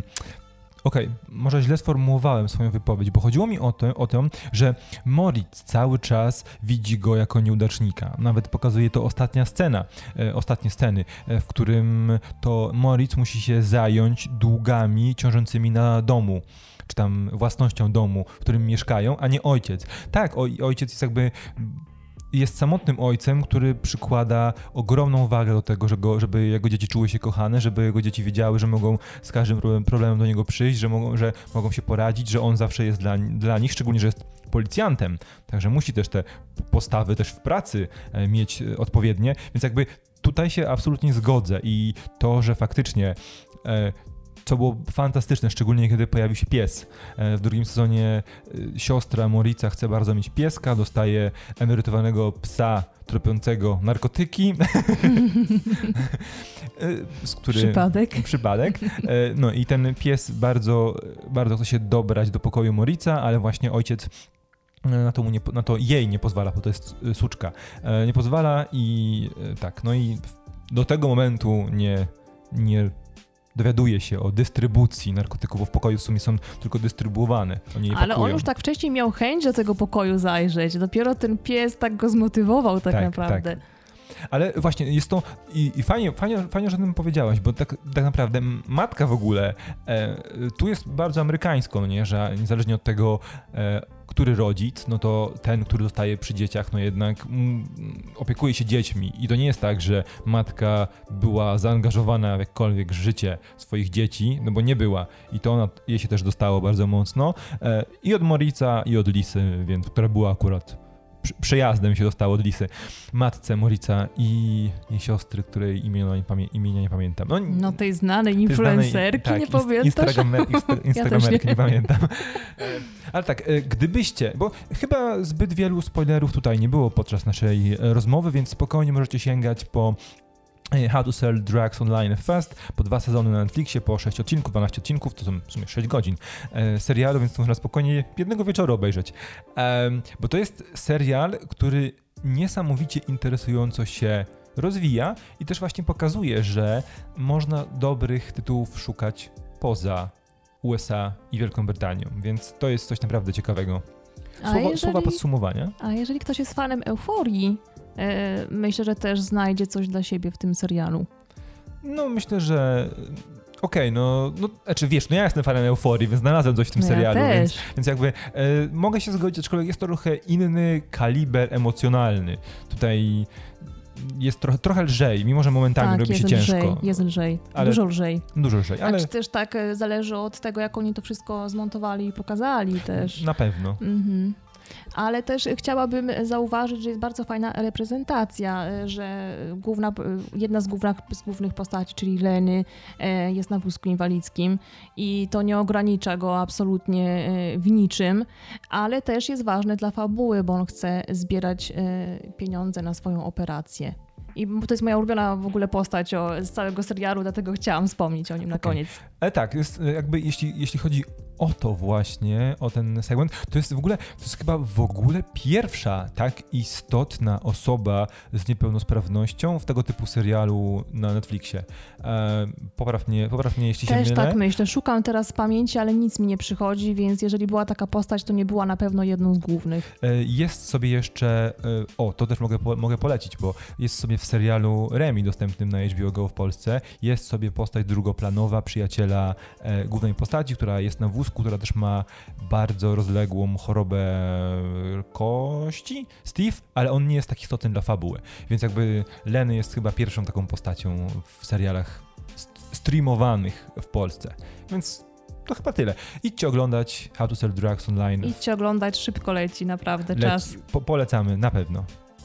może źle sformułowałem swoją wypowiedź, bo chodziło mi o to, że Moritz cały czas widzi go jako nieudacznika. Nawet pokazuje to ostatnie sceny, w którym to Moritz musi się zająć długami ciążącymi na domu, czy tam własnością domu, w którym mieszkają, a nie ojciec. Tak, ojciec jest samotnym ojcem, który przykłada ogromną wagę do tego, żeby jego dzieci czuły się kochane, żeby jego dzieci wiedziały, że mogą z każdym problemem do niego przyjść, że mogą się poradzić, że on zawsze jest dla nich, szczególnie, że jest policjantem, także musi też te postawy też w pracy mieć odpowiednie, więc jakby tutaj się absolutnie zgodzę i to, że faktycznie co było fantastyczne, szczególnie kiedy pojawił się pies. W drugim sezonie siostra Moritza chce bardzo mieć pieska, dostaje emerytowanego psa tropiącego narkotyki. Przypadek. No i ten pies bardzo, bardzo chce się dobrać do pokoju Moritza, ale właśnie ojciec na to jej nie pozwala, bo to jest suczka. Nie pozwala i tak, no i do tego momentu nie dowiaduje się o dystrybucji narkotyków, bo w pokoju w sumie są tylko dystrybuowane. Ale on już tak wcześniej miał chęć do tego pokoju zajrzeć. Dopiero ten pies tak go zmotywował tak naprawdę. Tak. Ale właśnie jest to i fajnie, że o tym powiedziałaś, bo tak naprawdę matka w ogóle tu jest bardzo amerykańsko, nie? Że niezależnie od tego, który rodzic, no to ten, który zostaje przy dzieciach, no jednak opiekuje się dziećmi i to nie jest tak, że matka była zaangażowana w jakkolwiek życie swoich dzieci, no bo nie była i to jej się też dostało bardzo mocno i od Moritza i od Lisy, więc która była akurat przejazdem się dostało od Lisy, matce Moritza i siostry, której imienia nie pamiętam. No tej znanej influencerki, nie pamiętasz? Instagramerki nie pamiętam. Ale tak, gdybyście, bo chyba zbyt wielu spoilerów tutaj nie było podczas naszej rozmowy, więc spokojnie możecie sięgać po How to Sell Drugs Online Fast, po 2 sezony na Netflixie, po 6 odcinków, 12 odcinków, to są w sumie 6 godzin serialu, więc to można spokojnie jednego wieczoru obejrzeć. Bo to jest serial, który niesamowicie interesująco się rozwija i też właśnie pokazuje, że można dobrych tytułów szukać poza USA i Wielką Brytanią, więc to jest coś naprawdę ciekawego. Słowa podsumowania. A jeżeli ktoś jest fanem Euforii, myślę, że też znajdzie coś dla siebie w tym serialu. No myślę, że znaczy wiesz, ja jestem fanem Euforii, więc znalazłem coś w tym serialu, więc jakby mogę się zgodzić, aczkolwiek jest to trochę inny kaliber emocjonalny. Tutaj jest trochę lżej, mimo że momentami robi się ciężko. Jest lżej, dużo lżej. Ale czy też tak zależy od tego, jak oni to wszystko zmontowali i pokazali też. Na pewno. Ale też chciałabym zauważyć, że jest bardzo fajna reprezentacja, że jedna z głównych postaci, czyli Leny, jest na wózku inwalidzkim i to nie ogranicza go absolutnie w niczym, ale też jest ważne dla fabuły, bo on chce zbierać pieniądze na swoją operację. I to jest moja ulubiona w ogóle postać z całego serialu, dlatego chciałam wspomnieć o nim na koniec. Ale tak, jest jakby jeśli chodzi o to właśnie, o ten segment, to jest chyba w ogóle pierwsza tak istotna osoba z niepełnosprawnością w tego typu serialu na Netflixie. Popraw mnie, jeśli się mylę. Też tak myślę. Szukam teraz z pamięci, ale nic mi nie przychodzi, więc jeżeli była taka postać, to nie była na pewno jedną z głównych. Jest sobie jeszcze, to też mogę polecić, bo jest sobie w serialu Remi dostępnym na HBO Go w Polsce, jest sobie postać drugoplanowa przyjaciela głównej postaci, która jest na wózku, która też ma bardzo rozległą chorobę kości, Steve, ale on nie jest tak istotny dla fabuły. Więc jakby Leny jest chyba pierwszą taką postacią w serialach streamowanych w Polsce. Więc to chyba tyle. Idźcie oglądać How to Sell Drugs Online. Idźcie oglądać, szybko leci, naprawdę czas. Polecamy, na pewno.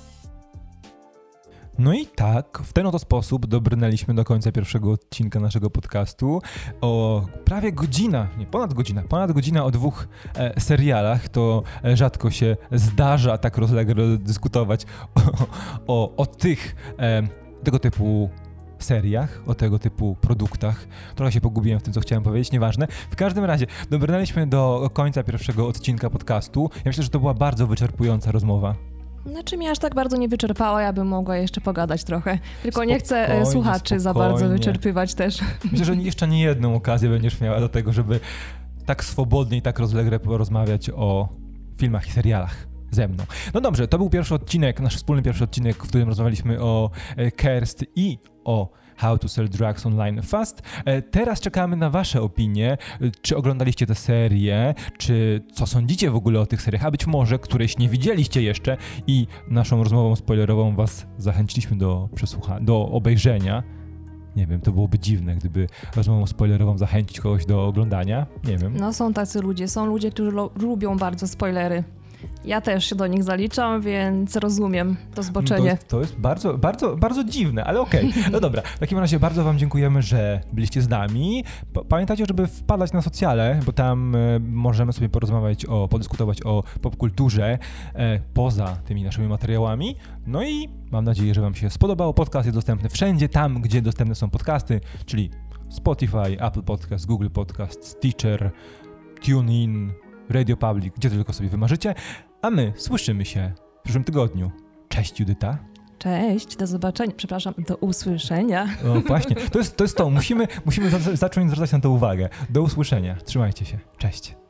No i tak, w ten oto sposób dobrnęliśmy do końca pierwszego odcinka naszego podcastu o prawie ponad godzina o 2 serialach. To rzadko się zdarza tak rozlegle dyskutować o tego typu seriach, o tego typu produktach. Trochę się pogubiłem w tym, co chciałem powiedzieć, nieważne. W każdym razie dobrnęliśmy do końca pierwszego odcinka podcastu. Ja myślę, że to była bardzo wyczerpująca rozmowa. Znaczy mnie aż tak bardzo nie wyczerpała, ja bym mogła jeszcze pogadać trochę. Tylko nie chcę słuchaczy za bardzo wyczerpywać też. Myślę, że jeszcze nie jedną okazję będziesz miała do tego, żeby tak swobodnie i tak rozlegle porozmawiać o filmach i serialach ze mną. No dobrze, to był nasz wspólny pierwszy odcinek, w którym rozmawialiśmy o Kerst i o How to Sell Drugs Online Fast. Teraz czekamy na wasze opinie, czy oglądaliście tę serię, czy co sądzicie w ogóle o tych seriach, a być może któreś nie widzieliście jeszcze i naszą rozmową spoilerową was zachęciliśmy do obejrzenia. Nie wiem, to byłoby dziwne, gdyby rozmową spoilerową zachęcić kogoś do oglądania. Nie wiem. No są tacy ludzie, którzy lubią bardzo spoilery. Ja też się do nich zaliczam, więc rozumiem to zboczenie. To jest bardzo, bardzo, bardzo dziwne, ale okej. No dobra, w takim razie bardzo wam dziękujemy, że byliście z nami. Pamiętajcie, żeby wpadać na socjale, bo tam możemy sobie podyskutować o popkulturze poza tymi naszymi materiałami. No i mam nadzieję, że wam się spodobało. Podcast jest dostępny wszędzie tam, gdzie dostępne są podcasty, czyli Spotify, Apple Podcast, Google Podcast, Stitcher, TuneIn, Radio Public, gdzie tylko sobie wymarzycie, a my słyszymy się w przyszłym tygodniu. Cześć Judyta. Cześć, do zobaczenia, do usłyszenia. O, właśnie, to jest to, musimy zacząć zwracać na to uwagę. Do usłyszenia, trzymajcie się, cześć.